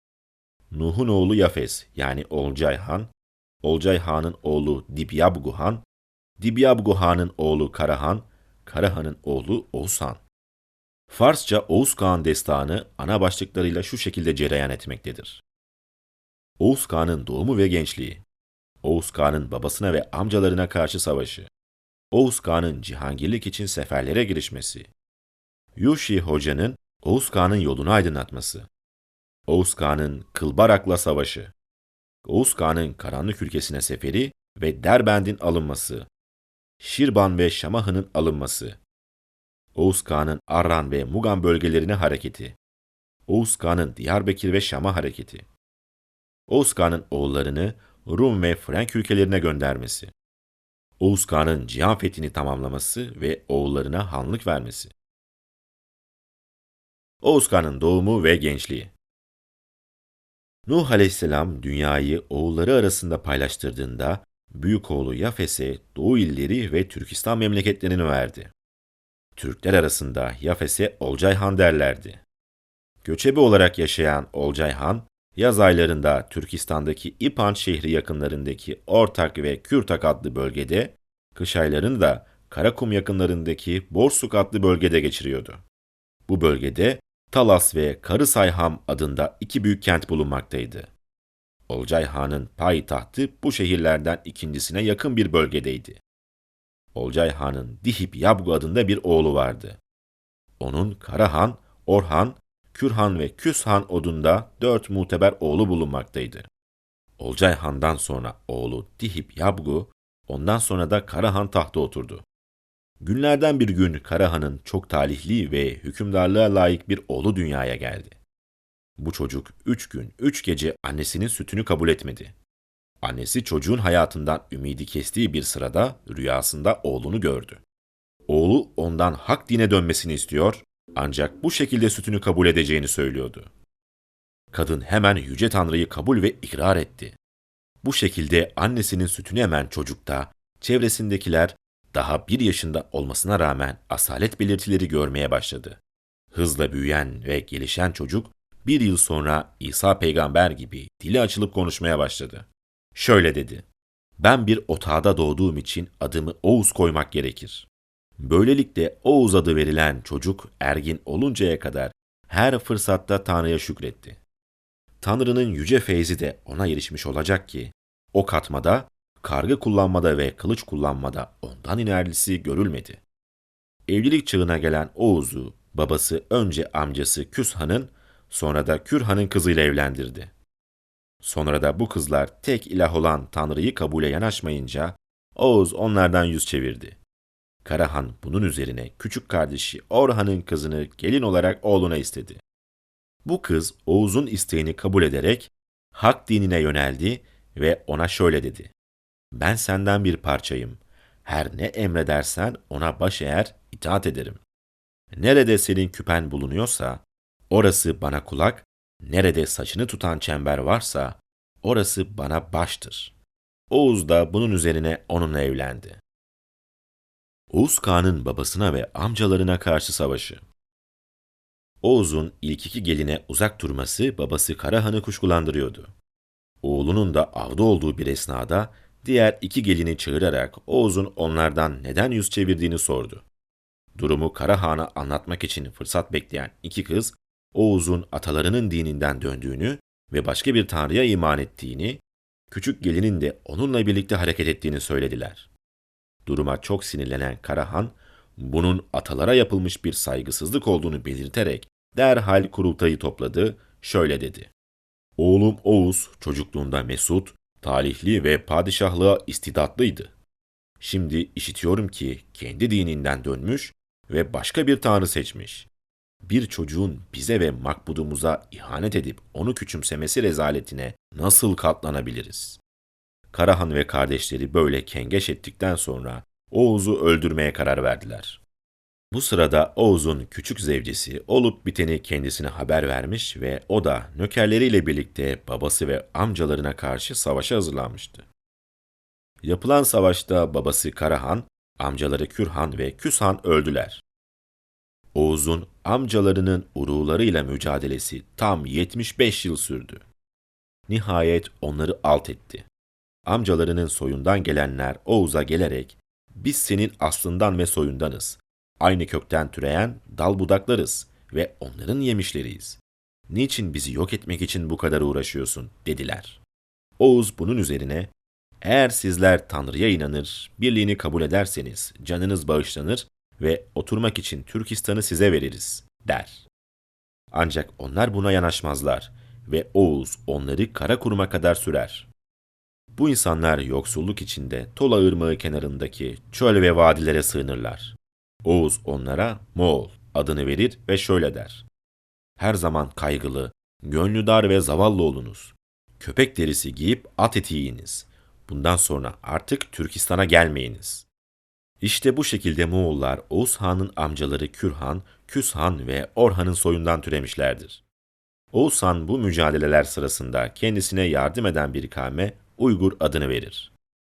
Nuh'un oğlu Yafes yani Olcay Han, Olcay Han'ın oğlu Dibyabgu Han, Dibyabgu Han'ın oğlu Karahan, Karahan'ın oğlu Oğuz Han. Farsça Oğuz Kağan Destanı ana başlıklarıyla şu şekilde cereyan etmektedir. Oğuz Kağan'ın doğumu ve gençliği, Oğuz Kağan'ın babasına ve amcalarına karşı savaşı, Oğuz Kağan'ın cihangirlik için seferlere girişmesi, Yuşi Hoca'nın Oğuz Kağan'ın yolunu aydınlatması, Oğuz Kağan'ın Kılbarak'la savaşı, Oğuz Kağan'ın karanlık ülkesine seferi ve Derbend'in alınması, Şirban ve Şamahı'nın alınması, Oğuz Kağan'ın Arran ve Mugan bölgelerine hareketi, Oğuz Kağan'ın Diyarbakır ve Şam'a hareketi, Oğuz Kağan'ın oğullarını Rum ve Frank ülkelerine göndermesi, Oğuz Kağan'ın cihan fethini tamamlaması ve oğullarına hanlık vermesi. Oğuz Kağan'ın doğumu ve gençliği. Nuh Aleyhisselam dünyayı oğulları arasında paylaştırdığında büyük oğlu Yafes'e Doğu illeri ve Türkistan memleketlerini verdi. Türkler arasında Yafes'e Olcay Han derlerdi. Göçebe olarak yaşayan Olcay Han, yaz aylarında Türkistan'daki İpan şehri yakınlarındaki Ortak ve Kürtak adlı bölgede, kış aylarını da Karakum yakınlarındaki Borsuk adlı bölgede geçiriyordu. Bu bölgede Talas ve Karısayham adında iki büyük kent bulunmaktaydı. Olcay Han'ın payitahtı bu şehirlerden ikincisine yakın bir bölgedeydi. Olcay Han'ın Dihip Yabgu adında bir oğlu vardı. Onun Karahan, Orhan, Kürhan ve Küshan odunda dört muteber oğlu bulunmaktaydı. Olcay Han'dan sonra oğlu Dihip Yabgu, ondan sonra da Karahan tahta oturdu. Günlerden bir gün Karahan'ın çok talihli ve hükümdarlığa layık bir oğlu dünyaya geldi. Bu çocuk üç gün, üç gece annesinin sütünü kabul etmedi. Annesi çocuğun hayatından ümidi kestiği bir sırada rüyasında oğlunu gördü. Oğlu ondan hak dine dönmesini istiyor, ancak bu şekilde sütünü kabul edeceğini söylüyordu. Kadın hemen Yüce Tanrı'yı kabul ve ikrar etti. Bu şekilde annesinin sütünü emen çocukta, çevresindekiler daha bir yaşında olmasına rağmen asalet belirtileri görmeye başladı. Hızla büyüyen ve gelişen çocuk, bir yıl sonra İsa peygamber gibi dili açılıp konuşmaya başladı. Şöyle dedi: "Ben bir otağda doğduğum için adımı Oğuz koymak gerekir." Böylelikle Oğuz adı verilen çocuk ergin oluncaya kadar her fırsatta Tanrı'ya şükretti. Tanrı'nın yüce feyzi de ona erişmiş olacak ki, ok atmada, kargı kullanmada ve kılıç kullanmada ondan inerlisi görülmedi. Evlilik çağına gelen Oğuz'u babası önce amcası Küs Han'ın, sonra da Kür Han'ın kızıyla evlendirdi. Sonra da bu kızlar tek ilah olan Tanrı'yı kabule yanaşmayınca Oğuz onlardan yüz çevirdi. Karahan bunun üzerine küçük kardeşi Orhan'ın kızını gelin olarak oğluna istedi. Bu kız Oğuz'un isteğini kabul ederek hak dinine yöneldi ve ona şöyle dedi: "Ben senden bir parçayım. Her ne emredersen ona baş eğer itaat ederim. Nerede senin küpen bulunuyorsa orası bana kulak, nerede saçını tutan çember varsa orası bana baştır." Oğuz da bunun üzerine onunla evlendi. Oğuz Kağan'ın babasına ve amcalarına karşı savaşı. Oğuz'un ilk iki geline uzak durması babası Karahan'ı kuşkulandırıyordu. Oğlunun da avda olduğu bir esnada diğer iki gelini çağırarak Oğuz'un onlardan neden yüz çevirdiğini sordu. Durumu Karahan'a anlatmak için fırsat bekleyen iki kız, Oğuz'un atalarının dininden döndüğünü ve başka bir tanrıya iman ettiğini, küçük gelinin de onunla birlikte hareket ettiğini söylediler. Duruma çok sinirlenen Karahan, bunun atalara yapılmış bir saygısızlık olduğunu belirterek derhal kurultayı topladı, şöyle dedi: "Oğlum Oğuz çocukluğunda mesut, talihli ve padişahlığa istidatlıydı. Şimdi işitiyorum ki kendi dininden dönmüş ve başka bir tanrı seçmiş. Bir çocuğun bize ve makbudumuza ihanet edip onu küçümsemesi rezaletine nasıl katlanabiliriz?" Karahan ve kardeşleri böyle kengeş ettikten sonra Oğuz'u öldürmeye karar verdiler. Bu sırada Oğuz'un küçük zevcesi olup biteni kendisine haber vermiş ve o da nökerleriyle birlikte babası ve amcalarına karşı savaşa hazırlanmıştı. Yapılan savaşta babası Karahan, amcaları Kürhan ve Küshan öldüler. Oğuz'un amcalarının uruğlarıyla mücadelesi tam yetmiş beş yıl sürdü. Nihayet onları alt etti. Amcalarının soyundan gelenler Oğuz'a gelerek, "Biz senin aslından ve soyundanız. Aynı kökten türeyen dal budaklarız ve onların yemişleriyiz. Niçin bizi yok etmek için bu kadar uğraşıyorsun?" dediler. Oğuz bunun üzerine, "Eğer sizler Tanrı'ya inanır, birliğini kabul ederseniz canınız bağışlanır ve oturmak için Türkistan'ı size veririz," der. Ancak onlar buna yanaşmazlar ve Oğuz onları Karakurum'a kadar sürer. Bu insanlar yoksulluk içinde Tola Irmağı kenarındaki çöl ve vadilere sığınırlar. Oğuz onlara Moğol adını verir ve şöyle der: "Her zaman kaygılı, gönlü dar ve zavallı olunuz. Köpek derisi giyip at eti yiyiniz. Bundan sonra artık Türkistan'a gelmeyiniz." İşte bu şekilde Moğollar Oğuz Han'ın amcaları Kürhan, Küs Han ve Orhan'ın soyundan türemişlerdir. Oğuz Han bu mücadeleler sırasında kendisine yardım eden bir kavme Uygur adını verir.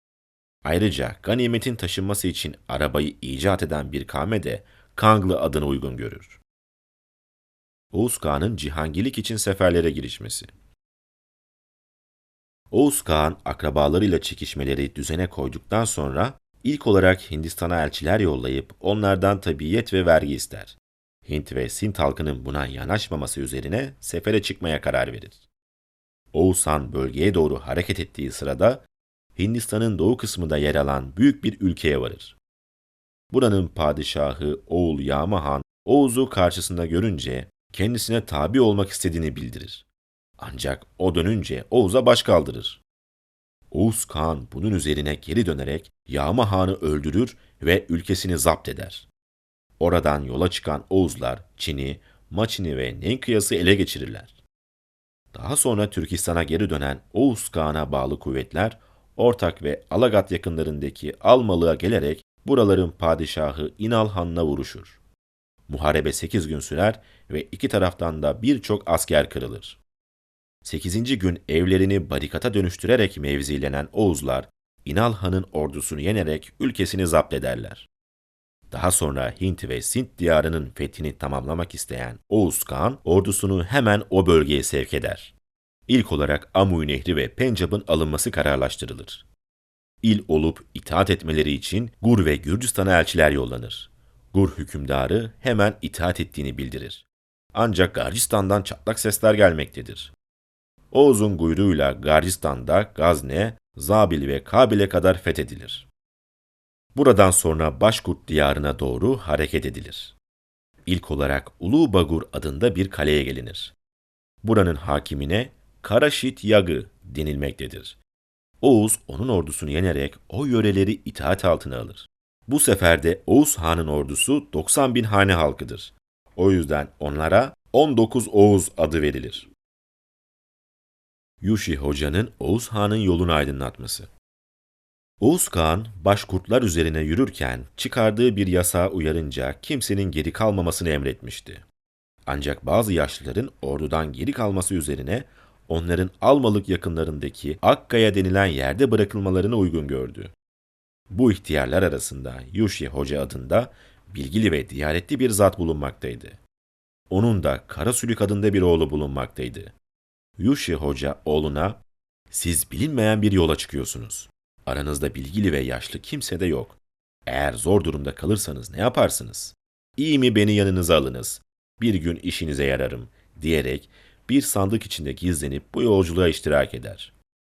Ayrıca ganimetin taşınması için arabayı icat eden bir kavme de Kanglı adını uygun görür. Oğuz Kağan'ın cihangirlik için seferlere girişmesi. Oğuz Kağan akrabalarıyla çekişmeleri düzene koyduktan sonra ilk olarak Hindistan'a elçiler yollayıp onlardan tabiiyet ve vergi ister. Hint ve Sint halkının buna yanaşmaması üzerine sefere çıkmaya karar verir. Oğuz Han bölgeye doğru hareket ettiği sırada Hindistan'ın doğu kısmında yer alan büyük bir ülkeye varır. Buranın padişahı Oğul Yağma Han, Oğuz'u karşısında görünce kendisine tabi olmak istediğini bildirir. Ancak o dönünce Oğuz'a baş kaldırır. Oğuz Kağan bunun üzerine geri dönerek Yağma Han'ı öldürür ve ülkesini zapt eder. Oradan yola çıkan Oğuzlar Çin'i, Maçin'i ve Nenkıyas'ı ele geçirirler. Daha sonra Türkistan'a geri dönen Oğuz Kağan'a bağlı kuvvetler, Ortak ve Alagat yakınlarındaki Almalık'a gelerek buraların padişahı İnal Han'la vuruşur. Muharebe sekiz gün sürer ve iki taraftan da birçok asker kırılır. Sekizinci gün evlerini barikata dönüştürerek mevzilenen Oğuzlar, İnal Han'ın ordusunu yenerek ülkesini zapt ederler. Daha sonra Hint ve Sint diyarının fethini tamamlamak isteyen Oğuz Kağan ordusunu hemen o bölgeye sevk eder. İlk olarak Amuy Nehri ve Pencap'ın alınması kararlaştırılır. İl olup itaat etmeleri için Gur ve Gürcistan'a elçiler yollanır. Gur hükümdarı hemen itaat ettiğini bildirir. Ancak Garcistan'dan çatlak sesler gelmektedir. Oğuz'un buyruğuyla Garcistan'da Gazne, Zabil ve Kabil'e kadar fethedilir. Buradan sonra Başkurt diyarına doğru hareket edilir. İlk olarak Ulu Bagur adında bir kaleye gelinir. Buranın hakimine Karaşit Yagı denilmektedir. Oğuz onun ordusunu yenerek o yöreleri itaat altına alır. Bu sefer de Oğuz Han'ın ordusu doksan bin hane halkıdır. O yüzden onlara on dokuz Oğuz adı verilir. Yushi Hoca'nın Oğuz Han'ın yolunu aydınlatması. Oğuz Kağan, Başkurtlar üzerine yürürken çıkardığı bir yasağa uyarınca kimsenin geri kalmamasını emretmişti. Ancak bazı yaşlıların ordudan geri kalması üzerine onların Almalık yakınlarındaki Akkaya denilen yerde bırakılmalarını uygun gördü. Bu ihtiyarlar arasında Yushi Hoca adında bilgili ve diyaretli bir zat bulunmaktaydı. Onun da Karasülük adında bir oğlu bulunmaktaydı. Yushi Hoca oğluna, "Siz bilinmeyen bir yola çıkıyorsunuz. Aranızda bilgili ve yaşlı kimse de yok. Eğer zor durumda kalırsanız ne yaparsınız? İyi mi beni yanınıza alınız? Bir gün işinize yararım," diyerek bir sandık içinde gizlenip bu yolculuğa iştirak eder.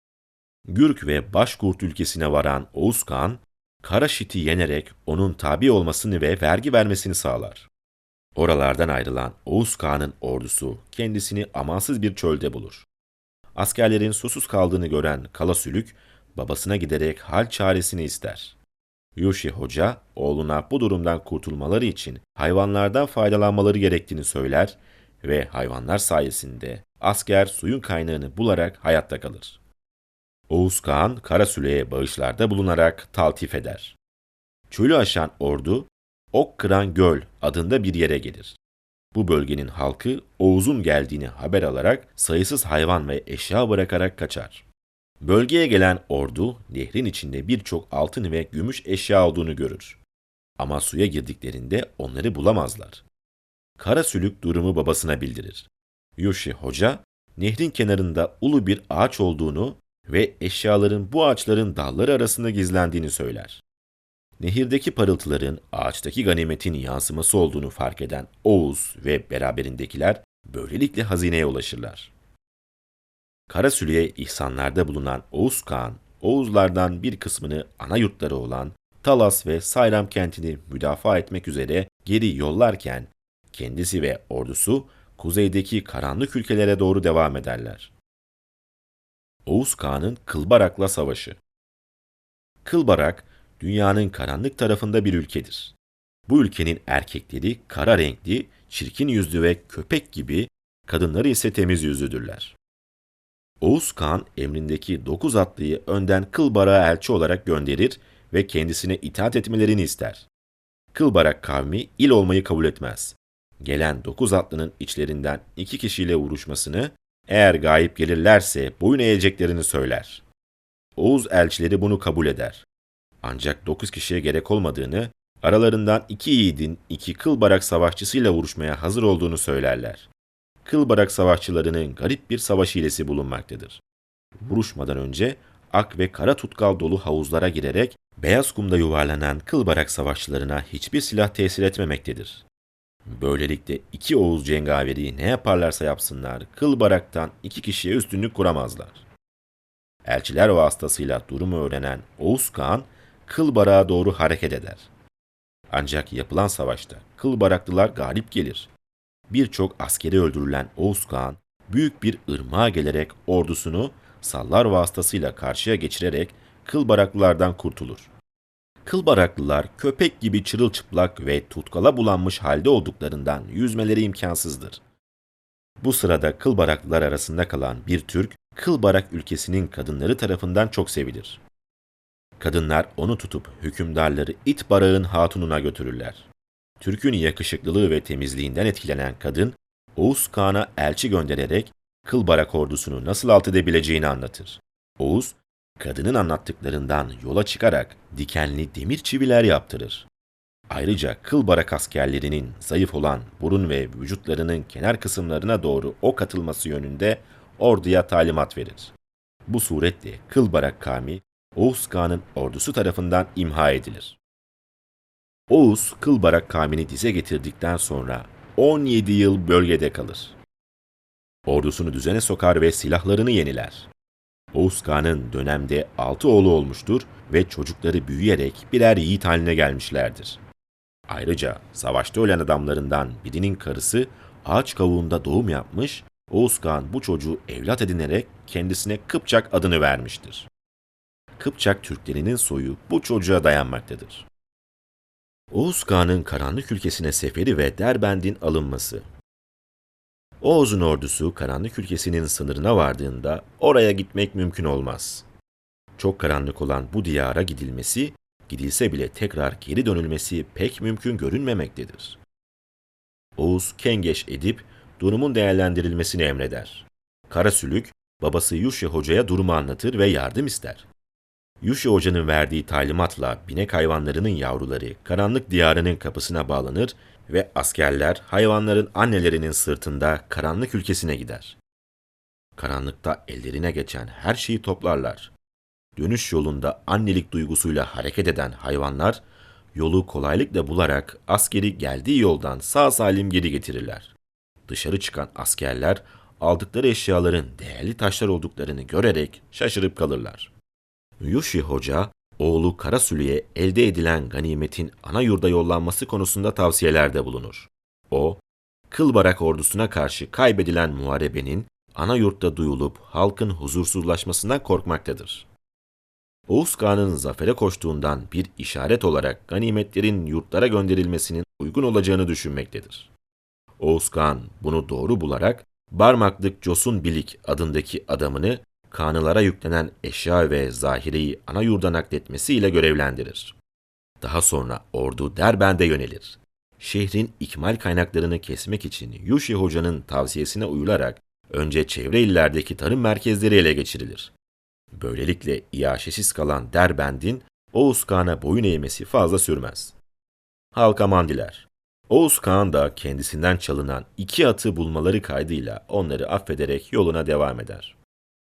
Gürk ve Başkurt ülkesine varan Oğuz Kağan, Karaşit'i yenerek onun tabi olmasını ve vergi vermesini sağlar. Oralardan ayrılan Oğuz Kağan'ın ordusu kendisini amansız bir çölde bulur. Askerlerin susuz kaldığını gören Kalasülük, babasına giderek hal çaresini ister. Yushi Hoca, oğluna bu durumdan kurtulmaları için hayvanlardan faydalanmaları gerektiğini söyler ve hayvanlar sayesinde asker suyun kaynağını bularak hayatta kalır. Oğuz Kağan, Karasülük'e bağışlarda bulunarak taltif eder. Çölü aşan ordu, Okkıran Göl adında bir yere gelir. Bu bölgenin halkı Oğuz'un geldiğini haber alarak sayısız hayvan ve eşya bırakarak kaçar. Bölgeye gelen ordu, nehrin içinde birçok altın ve gümüş eşya olduğunu görür. Ama suya girdiklerinde onları bulamazlar. Karasülük durumu babasına bildirir. Yushi Hoca, nehrin kenarında ulu bir ağaç olduğunu ve eşyaların bu ağaçların dalları arasında gizlendiğini söyler. Nehirdeki parıltıların ağaçtaki ganimetin yansıması olduğunu fark eden Oğuz ve beraberindekiler böylelikle hazineye ulaşırlar. Karasülük'e ihsanlarda bulunan Oğuz Kağan, Oğuzlardan bir kısmını ana yurtları olan Talas ve Sayram kentini müdafaa etmek üzere geri yollarken, kendisi ve ordusu kuzeydeki karanlık ülkelere doğru devam ederler. Oğuz Kağan'ın Kılbarak'la savaşı. Kılbarak, dünyanın karanlık tarafında bir ülkedir. Bu ülkenin erkekleri kara renkli, çirkin yüzlü ve köpek gibi, kadınları ise temiz yüzlüdürler. Oğuz Kağan emrindeki dokuz atlıyı önden Kılbarak'a elçi olarak gönderir ve kendisine itaat etmelerini ister. Kılbarak kavmi il olmayı kabul etmez. Gelen dokuz atlının içlerinden iki kişiyle vuruşmasını, eğer gayip gelirlerse boyun eğeceklerini söyler. Oğuz elçileri bunu kabul eder. Ancak dokuz kişiye gerek olmadığını, aralarından iki yiğidin iki Kılbarak savaşçısıyla vuruşmaya hazır olduğunu söylerler. Kılbarak savaşçılarının garip bir savaş hilesi bulunmaktadır. Vuruşmadan önce ak ve kara tutkal dolu havuzlara girerek beyaz kumda yuvarlanan Kılbarak savaşçılarına hiçbir silah tesir etmemektedir. Böylelikle iki Oğuz cengaveri ne yaparlarsa yapsınlar Kılbarak'tan iki kişiye üstünlük kuramazlar. Elçiler vasıtasıyla durumu öğrenen Oğuz Kağan, Kılbarak'a doğru hareket eder. Ancak yapılan savaşta Kılbaraklılar galip gelir. Birçok askeri öldürülen Oğuz Kağan, büyük bir ırmağa gelerek ordusunu sallar vasıtasıyla karşıya geçirerek Kılbaraklılardan kurtulur. Kılbaraklılar köpek gibi çırılçıplak ve tutkala bulanmış halde olduklarından yüzmeleri imkansızdır. Bu sırada Kılbaraklılar arasında kalan bir Türk, Kılbarak ülkesinin kadınları tarafından çok sevilir. Kadınlar onu tutup hükümdarları İtbarak'ın hatununa götürürler. Türk'ün yakışıklılığı ve temizliğinden etkilenen kadın, Oğuz Kağan'a elçi göndererek Kılbarak ordusunu nasıl alt edebileceğini anlatır. Oğuz, kadının anlattıklarından yola çıkarak dikenli demir çiviler yaptırır. Ayrıca Kılbarak askerlerinin zayıf olan burun ve vücutlarının kenar kısımlarına doğru ok atılması yönünde orduya talimat verir. Bu suretle Kılbarak kavmi Oğuz Kağan'ın ordusu tarafından imha edilir. Oğuz, Kılbarak kavmini dize getirdikten sonra on yedi yıl bölgede kalır. Ordusunu düzene sokar ve silahlarını yeniler. Oğuz Kağan'ın dönemde altı oğlu olmuştur ve çocukları büyüyerek birer yiğit haline gelmişlerdir. Ayrıca savaşta ölen adamlarından birinin karısı ağaç kavuğunda doğum yapmış, Oğuz Kağan bu çocuğu evlat edinerek kendisine Kıpçak adını vermiştir. Kıpçak Türklerinin soyu bu çocuğa dayanmaktadır. Oğuz Kağan'ın karanlık ülkesine seferi ve Derbent'in alınması. Oğuz'un ordusu karanlık ülkesinin sınırına vardığında oraya gitmek mümkün olmaz. Çok karanlık olan bu diyara gidilmesi, gidilse bile tekrar geri dönülmesi pek mümkün görünmemektedir. Oğuz kengeş edip durumun değerlendirilmesini emreder. Karasülük, babası Yuşa Hoca'ya durumu anlatır ve yardım ister. Yuşa Hoca'nın verdiği talimatla binek hayvanlarının yavruları karanlık diyarının kapısına bağlanır ve askerler hayvanların annelerinin sırtında karanlık ülkesine gider. Karanlıkta ellerine geçen her şeyi toplarlar. Dönüş yolunda annelik duygusuyla hareket eden hayvanlar, yolu kolaylıkla bularak askeri geldiği yoldan sağ salim geri getirirler. Dışarı çıkan askerler, aldıkları eşyaların değerli taşlar olduklarını görerek şaşırıp kalırlar. Yuşa Hoca, oğlu Karasülü'ye elde edilen ganimetin ana yurda yollanması konusunda tavsiyelerde bulunur. O, Kılbarak ordusuna karşı kaybedilen muharebenin ana yurtta duyulup halkın huzursuzlaşmasından korkmaktadır. Oğuz Kağan'ın zafere koştuğundan bir işaret olarak ganimetlerin yurtlara gönderilmesinin uygun olacağını düşünmektedir. Oğuz Kağan bunu doğru bularak Barmaklık Cosun Bilik adındaki adamını Kağanlılara yüklenen eşya ve zahireyi ana yurda nakletmesiyle görevlendirir. Daha sonra ordu Derbent'e yönelir. Şehrin ikmal kaynaklarını kesmek için Yuşa Hoca'nın tavsiyesine uyularak önce çevre illerdeki tarım merkezleri ele geçirilir. Böylelikle iaşesiz kalan Derbent'in Oğuz Kağan'a boyun eğmesi fazla sürmez. Halk aman diler. Oğuz Kağan da kendisinden çalınan iki atı bulmaları kaydıyla onları affederek yoluna devam eder.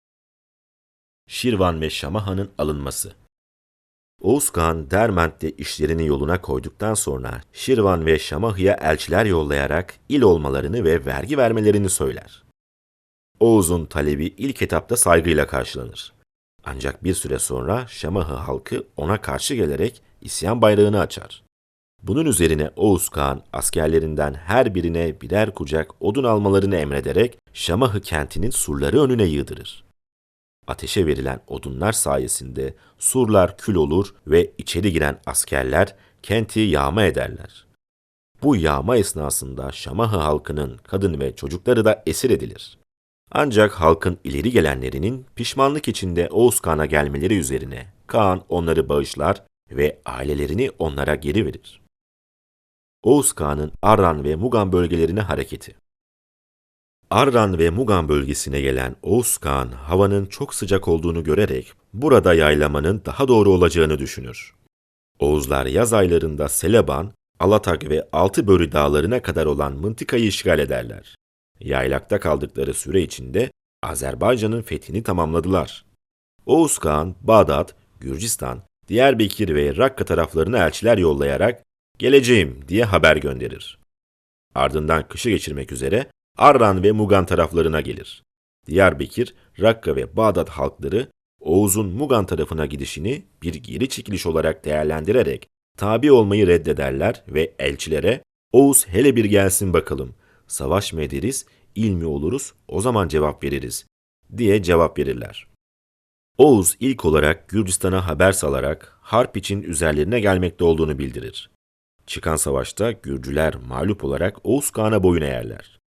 Şirvan ve Şamahan'ın alınması. Oğuz Kağan Derbent'te işlerini yoluna koyduktan sonra Şirvan ve Şamahı'ya elçiler yollayarak il olmalarını ve vergi vermelerini söyler. Oğuz'un talebi ilk etapta saygıyla karşılanır. Ancak bir süre sonra Şamahı halkı ona karşı gelerek isyan bayrağını açar. Bunun üzerine Oğuz Kağan askerlerinden her birine birer kucak odun almalarını emrederek Şamahı kentinin surları önüne yığdırır. Ateşe verilen odunlar sayesinde surlar kül olur ve içeri giren askerler kenti yağma ederler. Bu yağma esnasında Şamahı halkının kadın ve çocukları da esir edilir. Ancak halkın ileri gelenlerinin pişmanlık içinde Oğuz Kağan'a gelmeleri üzerine Kağan onları bağışlar ve ailelerini onlara geri verir. Oğuz Kağan'ın Arran ve Mugan bölgelerine hareketi. Arran ve Mugan bölgesine gelen Oğuz Kağan havanın çok sıcak olduğunu görerek burada yaylamanın daha doğru olacağını düşünür. Oğuzlar yaz aylarında Seleban, Alatak ve Altıbörü dağlarına kadar olan mıntıkayı işgal ederler. Yaylakta kaldıkları süre içinde Azerbaycan'ın fethini tamamladılar. Oğuz Kağan, Bağdat, Gürcistan, Diyarbakır ve Rakka taraflarına elçiler yollayarak geleceğim diye haber gönderir. Ardından kışı geçirmek üzere Arran ve Mugan taraflarına gelir. Diyarbakır, Rakka ve Bağdat halkları Oğuz'un Mugan tarafına gidişini bir geri çekiliş olarak değerlendirerek tabi olmayı reddederler ve elçilere Oğuz hele bir gelsin bakalım, savaş mı ederiz, il mi oluruz, o zaman cevap veririz diye cevap verirler. Oğuz ilk olarak Gürcistan'a haber salarak harp için üzerlerine gelmekte olduğunu bildirir. Çıkan savaşta Gürcüler mağlup olarak Oğuz Kağan'a boyun eğerler.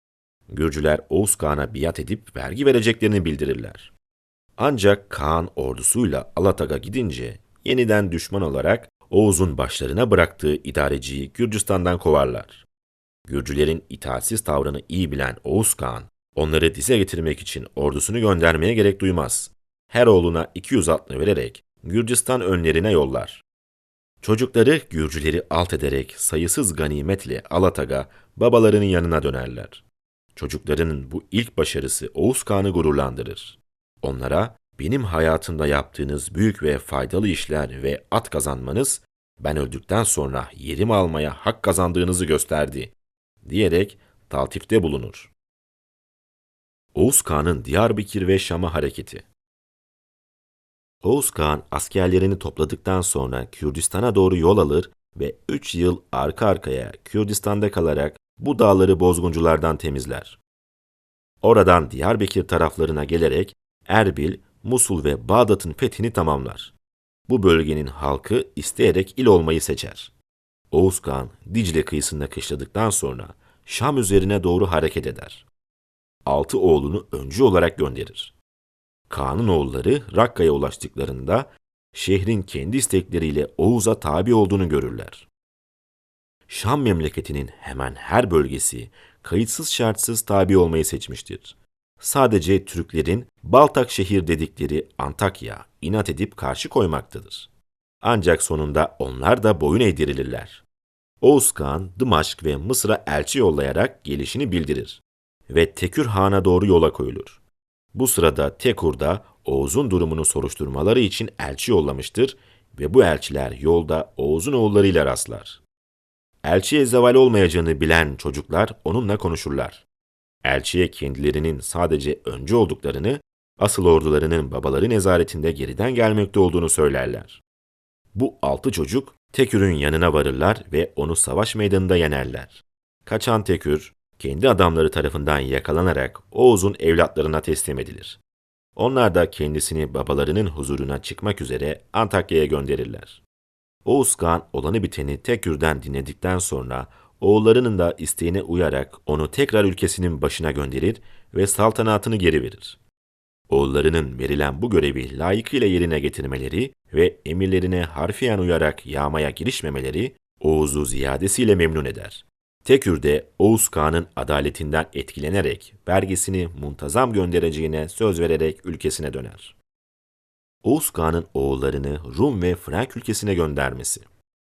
Gürcüler Oğuz Kağan'a biat edip vergi vereceklerini bildirirler. Ancak Kağan ordusuyla Alatag'a gidince yeniden düşman olarak Oğuz'un başlarına bıraktığı idareciyi Gürcistan'dan kovarlar. Gürcülerin itaatsiz tavrını iyi bilen Oğuz Kağan, onları dize getirmek için ordusunu göndermeye gerek duymaz. Her oğluna iki yüz atlı vererek Gürcistan önlerine yollar. Çocukları Gürcüleri alt ederek sayısız ganimetle Alatag'a babalarının yanına dönerler. Çocuklarının bu ilk başarısı Oğuz Kağan'ı gururlandırır. Onlara benim hayatımda yaptığınız büyük ve faydalı işler ve at kazanmanız ben öldükten sonra yerimi almaya hak kazandığınızı gösterdi diyerek taltifte bulunur. Oğuz Kağan'ın Diyarbakır ve Şam'a hareketi. Oğuz Kağan askerlerini topladıktan sonra Kürdistan'a doğru yol alır ve üç yıl arka arkaya Kürdistan'da kalarak bu dağları bozgunculardan temizler. Oradan Diyarbakır taraflarına gelerek Erbil, Musul ve Bağdat'ın fethini tamamlar. Bu bölgenin halkı isteyerek il olmayı seçer. Oğuz Kağan Dicle kıyısında kışladıktan sonra Şam üzerine doğru hareket eder. Altı oğlunu öncü olarak gönderir. Kağan'ın oğulları Rakka'ya ulaştıklarında şehrin kendi istekleriyle Oğuz'a tabi olduğunu görürler. Şam memleketinin hemen her bölgesi kayıtsız şartsız tabi olmayı seçmiştir. Sadece Türklerin Baltak şehir dedikleri Antakya inat edip karşı koymaktadır. Ancak sonunda onlar da boyun eğdirilirler. Oğuz Kağan, Dımaşk ve Mısır'a elçi yollayarak gelişini bildirir ve Tekür Han'a doğru yola koyulur. Bu sırada Tekur da Oğuz'un durumunu soruşturmaları için elçi yollamıştır ve bu elçiler yolda Oğuz'un oğullarıyla rastlar. Elçiye zeval olmayacağını bilen çocuklar onunla konuşurlar. Elçiye kendilerinin sadece öncü olduklarını, asıl ordularının babaları nezaretinde geriden gelmekte olduğunu söylerler. Bu altı çocuk Tekür'ün yanına varırlar ve onu savaş meydanında yenerler. Kaçan Tekür, kendi adamları tarafından yakalanarak Oğuz'un evlatlarına teslim edilir. Onlar da kendisini babalarının huzuruna çıkmak üzere Antakya'ya gönderirler. Oğuz Kağan olanı biteni Tekür'den dinledikten sonra oğullarının da isteğine uyarak onu tekrar ülkesinin başına gönderir ve saltanatını geri verir. Oğullarının verilen bu görevi layıkıyla yerine getirmeleri ve emirlerine harfiyen uyarak yağmaya girişmemeleri Oğuz'u ziyadesiyle memnun eder. Tekür de Oğuz Kağan'ın adaletinden etkilenerek vergisini muntazam göndereceğine söz vererek ülkesine döner. Oğuz Kağan'ın oğullarını Rum ve Frank ülkesine göndermesi.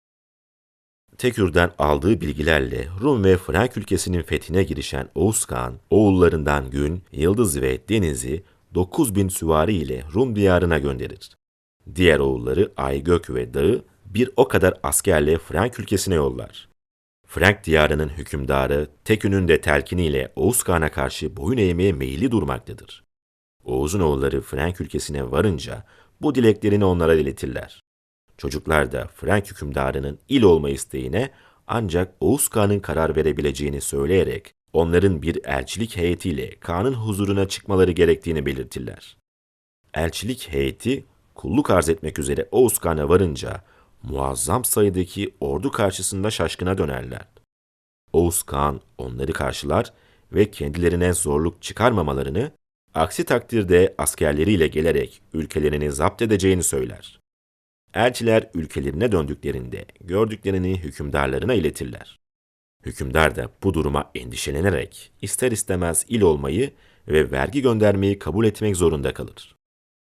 Tekür'den aldığı bilgilerle Rum ve Frank ülkesinin fethine girişen Oğuz Kağan, oğullarından Gün, Yıldız ve Deniz'i dokuz bin süvari ile Rum diyarına gönderir. Diğer oğulları Aygök ve Dağ'ı bir o kadar askerle Frank ülkesine yollar. Frank diyarının hükümdarı Tekün'ün de telkiniyle Oğuz Kağan'a karşı boyun eğmeye meyilli durmaktadır. Oğuz'un oğulları Frank ülkesine varınca bu dileklerini onlara iletirler. Çocuklar da Frank hükümdarının il olma isteğine ancak Oğuz Kağan'ın karar verebileceğini söyleyerek onların bir elçilik heyetiyle Kağan'ın huzuruna çıkmaları gerektiğini belirtirler. Elçilik heyeti kulluk arz etmek üzere Oğuz Kağan'a varınca muazzam sayıdaki ordu karşısında şaşkına dönerler. Oğuz Kağan onları karşılar ve kendilerine zorluk çıkarmamalarını, aksi takdirde askerleriyle gelerek ülkelerini zapt edeceğini söyler. Elçiler ülkelerine döndüklerinde gördüklerini hükümdarlarına iletirler. Hükümdar da bu duruma endişelenerek ister istemez il olmayı ve vergi göndermeyi kabul etmek zorunda kalır.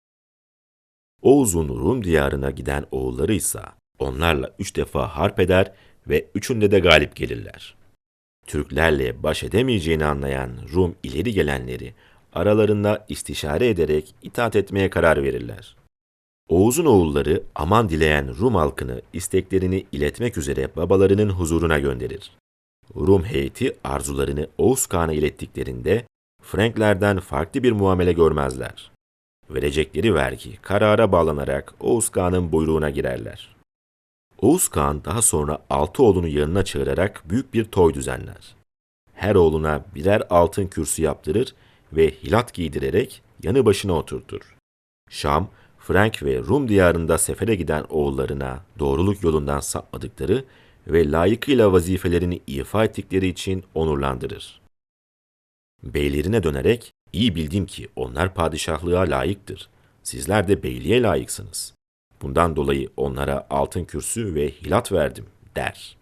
Oğuz'un Rum diyarına giden oğulları ise onlarla üç defa harp eder ve üçünde de galip gelirler. Türklerle baş edemeyeceğini anlayan Rum ileri gelenleri aralarında istişare ederek itaat etmeye karar verirler. Oğuz'un oğulları aman dileyen Rum halkını isteklerini iletmek üzere babalarının huzuruna gönderir. Rum heyeti arzularını Oğuz Kağan'a ilettiklerinde Franklerden farklı bir muamele görmezler. Verecekleri vergi karara bağlanarak Oğuz Kağan'ın buyruğuna girerler. Oğuz Kağan daha sonra altı oğlunu yanına çağırarak büyük bir toy düzenler. Her oğluna birer altın kürsü yaptırır ve hilat giydirerek yanı başına oturtur. Şam, Frank ve Rum diyarında sefere giden oğullarına doğruluk yolundan sapmadıkları ve layıkıyla vazifelerini ifa ettikleri için onurlandırır. Beylerine dönerek, iyi bildim ki onlar padişahlığa layıktır. Sizler de beyliğe layıksınız. Bundan dolayı onlara altın kürsü ve hilat verdim, der.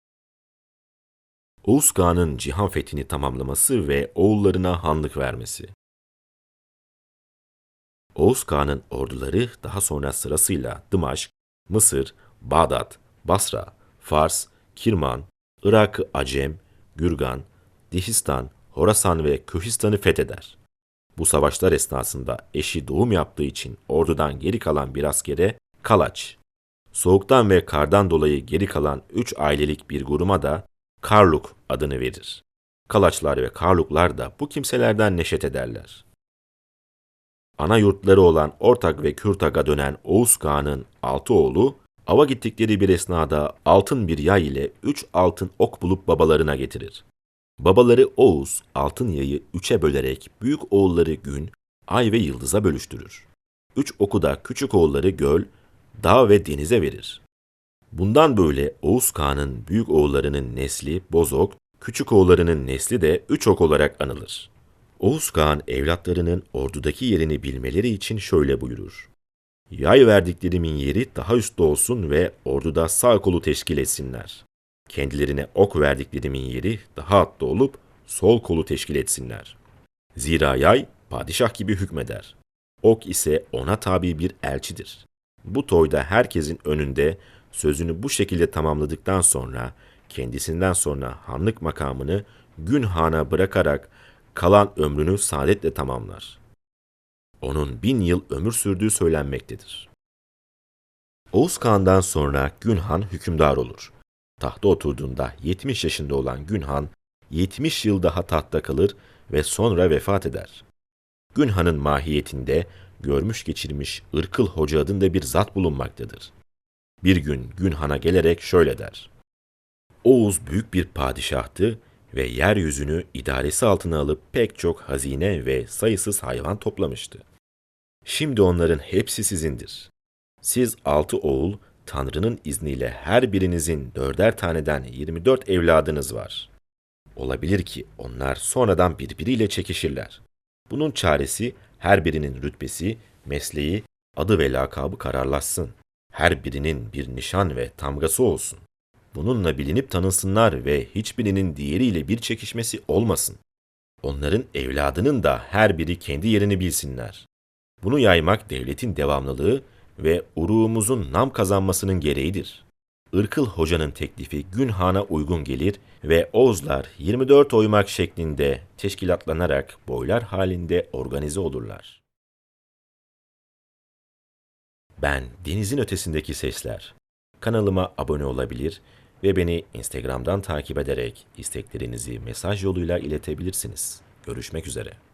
Oğuz Kağan'ın cihan fethini tamamlaması ve oğullarına hanlık vermesi. Oğuz Kağan'ın orduları daha sonra sırasıyla Dımaşk, Mısır, Bağdat, Basra, Fars, Kirman, Irak-ı Acem, Gürgan, Dihistan, Horasan ve Kühistan'ı fetheder. Bu savaşlar esnasında eşi doğum yaptığı için ordudan geri kalan bir askere Kalaç, soğuktan ve kardan dolayı geri kalan üç ailelik bir grubuma da Karluk adını verir. Kalaçlar ve Karluklar da bu kimselerden neşet ederler. Ana yurtları olan Ortak ve Kürtak'a dönen Oğuz Kağan'ın altı oğlu, ava gittikleri bir esnada altın bir yay ile üç altın ok bulup babalarına getirir. Babaları Oğuz, altın yayı üçe bölerek büyük oğulları Gün, Ay ve Yıldız'a bölüştürür. Üç oku da küçük oğulları Göl, Dağ ve Deniz'e verir. Bundan böyle Oğuz Kağan'ın büyük oğullarının nesli Bozok, küçük oğullarının nesli de Üç Ok olarak anılır. Oğuz Kağan evlatlarının ordudaki yerini bilmeleri için şöyle buyurur. Yay verdiklerimin yeri daha üstte olsun ve orduda sağ kolu teşkil etsinler. Kendilerine ok verdiklerimin yeri daha altta olup sol kolu teşkil etsinler. Zira yay padişah gibi hükmeder. Ok ise ona tabi bir elçidir. Bu toyda herkesin önünde sözünü bu şekilde tamamladıktan sonra kendisinden sonra hanlık makamını Gün Han'a bırakarak kalan ömrünü saadetle tamamlar. Onun bin yıl ömür sürdüğü söylenmektedir. Oğuz Kağan'dan sonra Gün Han hükümdar olur. Tahta oturduğunda yetmiş yaşında olan Gün Han, yetmiş yıl daha tahtta kalır ve sonra vefat eder. Gün Han'ın mahiyetinde görmüş geçirmiş Irkıl Hoca adında bir zat bulunmaktadır. Bir gün Gün Han'a gelerek şöyle der. Oğuz büyük bir padişahtı ve yeryüzünü idaresi altına alıp pek çok hazine ve sayısız hayvan toplamıştı. Şimdi onların hepsi sizindir. Siz altı oğul, Tanrı'nın izniyle her birinizin dörder taneden yirmi dört evladınız var. Olabilir ki onlar sonradan birbiriyle çekişirler. Bunun çaresi her birinin rütbesi, mesleği, adı ve lakabı kararlaşsın. Her birinin bir nişan ve tamgası olsun. Bununla bilinip tanınsınlar ve hiçbirinin diğeriyle bir çekişmesi olmasın. Onların evladının da her biri kendi yerini bilsinler. Bunu yaymak devletin devamlılığı ve uruğumuzun nam kazanmasının gereğidir. Irkıl Hoca'nın teklifi Gün Han'a uygun gelir ve Oğuzlar yirmi dört oymak şeklinde teşkilatlanarak boylar halinde organize olurlar. Ben Denizin Ötesindeki Sesler. Kanalıma abone olabilir ve beni Instagram'dan takip ederek isteklerinizi mesaj yoluyla iletebilirsiniz. Görüşmek üzere.